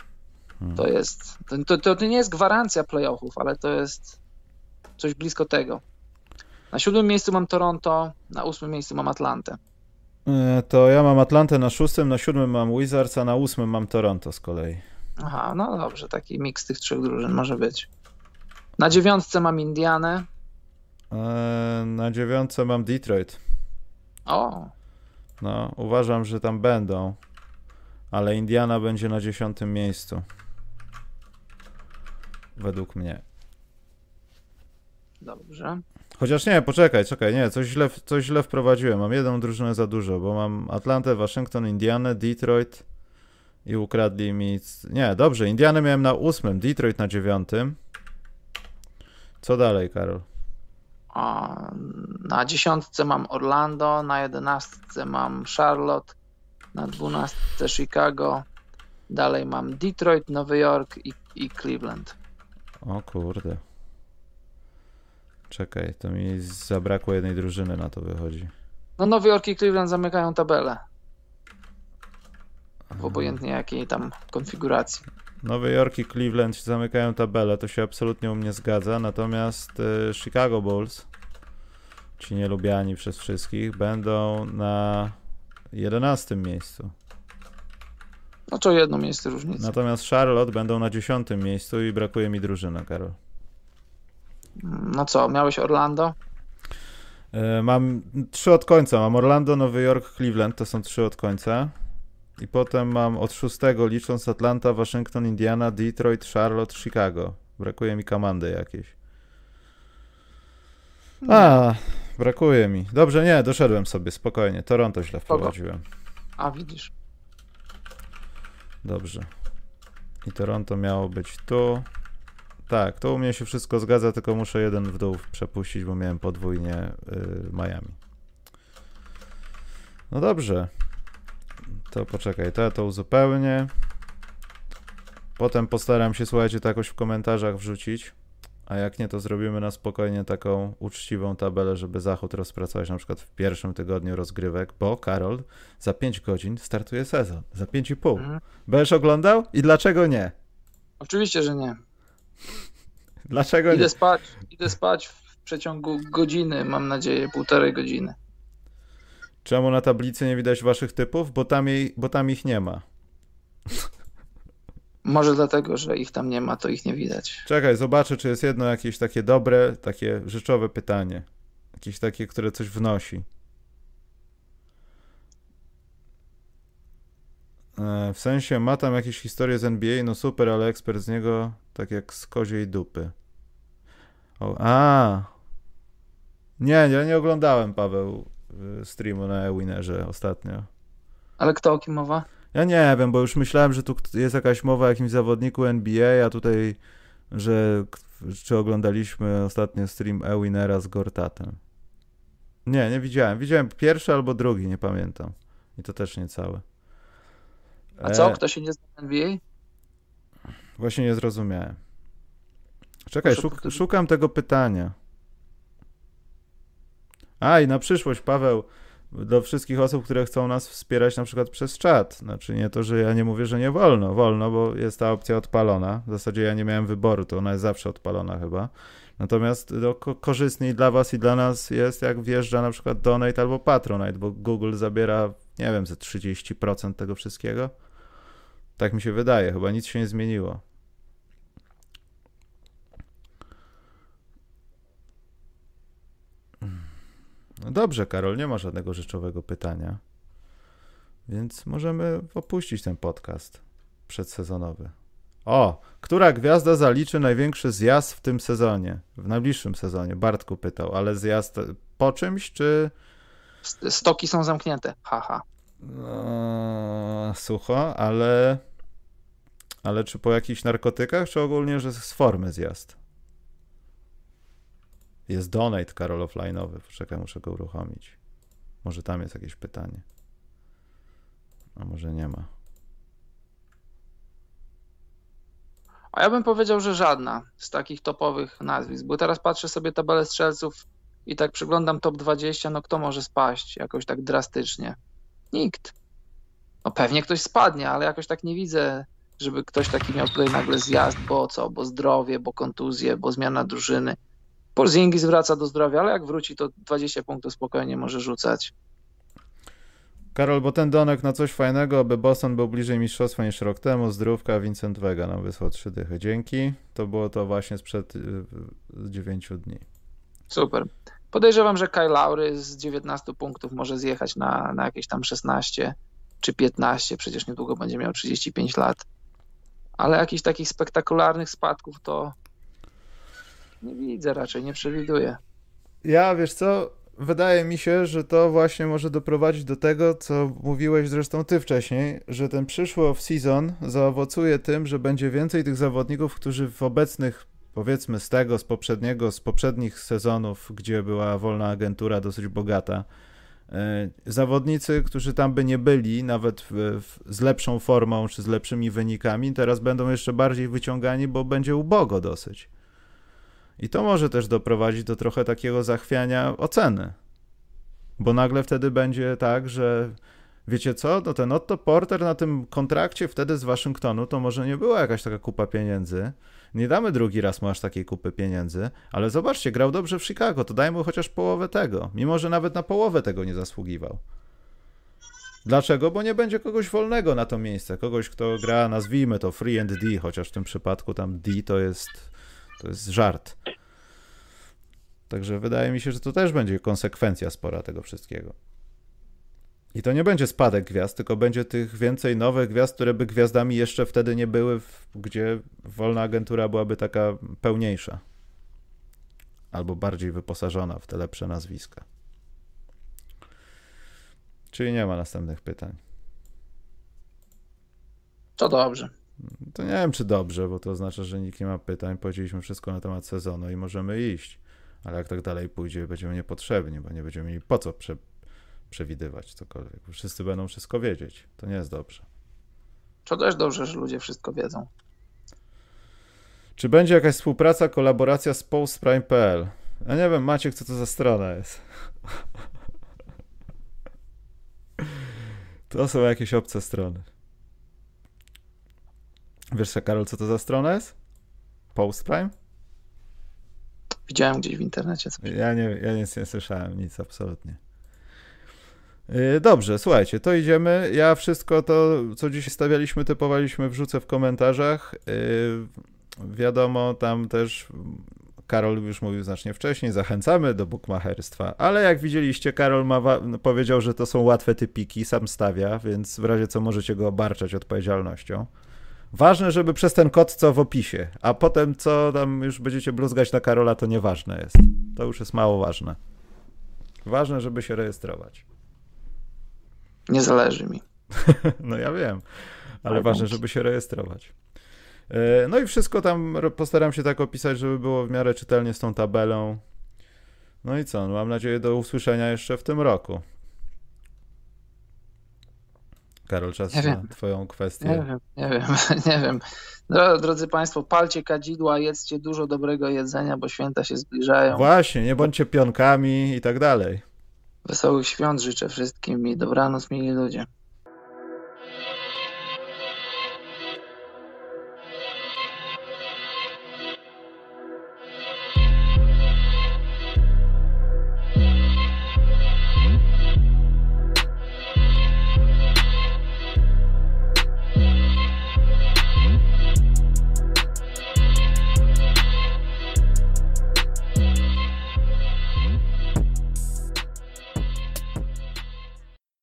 To nie jest gwarancja playoffów, ale to jest coś blisko tego. Na 7. miejscu mam Toronto, na 8. miejscu mam Atlantę. To ja mam Atlantę na 6., na 7. mam Wizards, a na 8. mam Toronto z kolei. Aha, no dobrze, taki miks tych 3 drużyn może być. Na 9. mam Indianę. Na 9. mam Detroit. O. No, uważam, że tam będą, ale Indiana będzie na 10. miejscu. Według mnie. Dobrze. Chociaż nie, czekaj, nie, coś źle wprowadziłem. Mam jedną drużynę za dużo, bo mam Atlantę, Waszyngton, Indianę, Detroit i ukradli mi... Nie, dobrze, Indianę miałem na 8, Detroit na 9. Co dalej, Karol? Na 10. mam Orlando, na 11. mam Charlotte, na 12. Chicago, dalej mam Detroit, Nowy Jork i Cleveland. O kurde. Czekaj, to mi zabrakło jednej drużyny, na to wychodzi. No Nowy Jork i Cleveland zamykają tabelę. W obojętnie jakiej tam konfiguracji. Nowy Jork i Cleveland zamykają tabelę, to się absolutnie u mnie zgadza, natomiast Chicago Bulls ci nielubiani przez wszystkich, będą na 11 miejscu. No to jedno miejsce różnicy. Natomiast Charlotte będą na 10 miejscu i brakuje mi drużyny, Karol. No co, miałeś Orlando? Mam 3 od końca. Mam Orlando, Nowy Jork, Cleveland. To są 3 od końca. I potem mam od 6, licząc Atlanta, Waszyngton, Indiana, Detroit, Charlotte, Chicago. Brakuje mi komandy jakiejś. Brakuje mi. Dobrze, nie, doszedłem sobie, spokojnie. Toronto źle wprowadziłem. A, widzisz. Dobrze. I Toronto miało być tu. Tak, to u mnie się wszystko zgadza, tylko muszę jeden w dół przepuścić, bo miałem podwójnie Miami. No dobrze. To poczekaj, to uzupełnię. Potem postaram się, słuchajcie, to jakoś w komentarzach wrzucić. A jak nie, to zrobimy na spokojnie taką uczciwą tabelę, żeby Zachód rozpracować na przykład w pierwszym tygodniu rozgrywek, bo Karol, za 5 godzin startuje sezon. Za 5,5. Będziesz oglądał? I dlaczego nie? Oczywiście, że nie. Dlaczego nie? Idę spać w przeciągu godziny, mam nadzieję, 1,5 godziny. Czemu na tablicy nie widać waszych typów? Bo tam ich nie ma. Może dlatego, że ich tam nie ma, to ich nie widać. Czekaj, zobaczę, czy jest jedno jakieś takie dobre, takie rzeczowe pytanie. Jakieś takie, które coś wnosi. W sensie ma tam jakieś historie z NBA, no super, ale ekspert z niego tak jak z koziej dupy. Nie, ja nie oglądałem, Paweł, streamu na e-Winnerze ostatnio. Ale kto, o kim mowa? Ja nie wiem, bo już myślałem, że tu jest jakaś mowa o jakimś zawodniku NBA, a tutaj, czy oglądaliśmy ostatnio stream e-Winnera z Gortatem. Nie widziałem. Widziałem pierwszy albo drugi, nie pamiętam. I to też nie całe. A co? Kto się nie zna w NBA? Właśnie nie zrozumiałem. Czekaj, szukam tego pytania. I na przyszłość, Paweł, do wszystkich osób, które chcą nas wspierać na przykład przez czat. Znaczy nie to, że ja nie mówię, że nie wolno. Wolno, bo jest ta opcja odpalona. W zasadzie ja nie miałem wyboru, to ona jest zawsze odpalona chyba. Natomiast korzystniej dla was i dla nas jest, jak wjeżdża na przykład Donate albo Patronite, bo Google zabiera, nie wiem, ze 30% tego wszystkiego. Tak mi się wydaje, chyba nic się nie zmieniło. No dobrze, Karol, nie ma żadnego rzeczowego pytania, więc możemy opuścić ten podcast przedsezonowy. Która gwiazda zaliczy największy zjazd w tym sezonie? W najbliższym sezonie, Bartku pytał, ale zjazd po czymś, czy... Stoki są zamknięte, haha. Sucho, ale czy po jakichś narkotykach, czy ogólnie, że z formy zjazd? Jest donate, Karol, offline'owy. Poczekaj, muszę go uruchomić. Może tam jest jakieś pytanie. A może nie ma. A ja bym powiedział, że żadna z takich topowych nazwisk, bo teraz patrzę sobie tabelę strzelców i tak przyglądam top 20, no kto może spaść jakoś tak drastycznie? Nikt. No pewnie ktoś spadnie, ale jakoś tak nie widzę, żeby ktoś taki miał tutaj nagle zjazd, bo co? Bo zdrowie, bo kontuzje, bo zmiana drużyny. Porzingis wraca do zdrowia, ale jak wróci, to 20 punktów spokojnie może rzucać. Karol, bo ten Donek na coś fajnego, aby Boston był bliżej mistrzostwa niż rok temu. Zdrówka, Vincent Vega nam wysłał 3 dychy. Dzięki. To było to właśnie sprzed 9 dni. Super. Podejrzewam, że Kyle Lowry z 19 punktów może zjechać na jakieś tam 16 czy 15. Przecież niedługo będzie miał 35 lat. Ale jakichś takich spektakularnych spadków to nie widzę raczej, nie przewiduję. Wiesz co, wydaje mi się, że to właśnie może doprowadzić do tego, co mówiłeś zresztą ty wcześniej, że ten przyszły off-season zaowocuje tym, że będzie więcej tych zawodników, którzy w obecnych, powiedzmy z poprzednich sezonów, gdzie była wolna agentura dosyć bogata, zawodnicy, którzy tam by nie byli, nawet z lepszą formą czy z lepszymi wynikami, teraz będą jeszcze bardziej wyciągani, bo będzie ubogo dosyć. I to może też doprowadzić do trochę takiego zachwiania oceny. Bo nagle wtedy będzie tak, że wiecie co, no ten Otto Porter na tym kontrakcie wtedy z Waszyngtonu to może nie była jakaś taka kupa pieniędzy. Nie damy drugi raz mu aż takiej kupy pieniędzy, ale zobaczcie, grał dobrze w Chicago, to dajmy mu chociaż połowę tego, mimo że nawet na połowę tego nie zasługiwał. Dlaczego? Bo nie będzie kogoś wolnego na to miejsce, kogoś, kto gra, nazwijmy to free and D, chociaż w tym przypadku tam D to jest żart. Także wydaje mi się, że to też będzie konsekwencja spora tego wszystkiego. I to nie będzie spadek gwiazd, tylko będzie tych więcej nowych gwiazd, które by gwiazdami jeszcze wtedy nie były, gdzie wolna agentura byłaby taka pełniejsza. Albo bardziej wyposażona w te lepsze nazwiska. Czyli nie ma następnych pytań. To dobrze. To nie wiem, czy dobrze, bo to oznacza, że nikt nie ma pytań. Powiedzieliśmy wszystko na temat sezonu i możemy iść. Ale jak tak dalej pójdzie, będziemy niepotrzebni, bo nie będziemy mieli po co przewidywać cokolwiek. Wszyscy będą wszystko wiedzieć. To nie jest dobrze. To też dobrze, że ludzie wszystko wiedzą. Czy będzie jakaś współpraca, kolaboracja z postprime.pl? Ja nie wiem, Maciek, co to za strona jest. To są jakieś obce strony. Wiesz, Karol, co to za strona jest? Postprime? Widziałem gdzieś w internecie. Ja nic nie słyszałem, nic absolutnie. Dobrze, słuchajcie, to idziemy. Ja wszystko to, co dzisiaj stawialiśmy, typowaliśmy, wrzucę w komentarzach. Wiadomo, tam też Karol już mówił znacznie wcześniej, zachęcamy do bukmacherstwa, ale jak widzieliście, Karol powiedział, że to są łatwe typiki, sam stawia, więc w razie co możecie go obarczać odpowiedzialnością. Ważne, żeby przez ten kod, co w opisie, a potem co tam już będziecie bluzgać na Karola, to nieważne jest. To już jest mało ważne. Ważne, żeby się rejestrować. Nie zależy mi. No ja wiem, ale ważne, żeby się rejestrować. No i wszystko tam postaram się tak opisać, żeby było w miarę czytelnie z tą tabelą. No i co? No mam nadzieję do usłyszenia jeszcze w tym roku. Karol, czas na twoją kwestię. Nie wiem. Drodzy Państwo, palcie kadzidła, jedzcie dużo dobrego jedzenia, bo święta się zbliżają. Właśnie, nie bądźcie pionkami i tak dalej. Wesołych świąt życzę wszystkim i dobranoc, mili ludzie.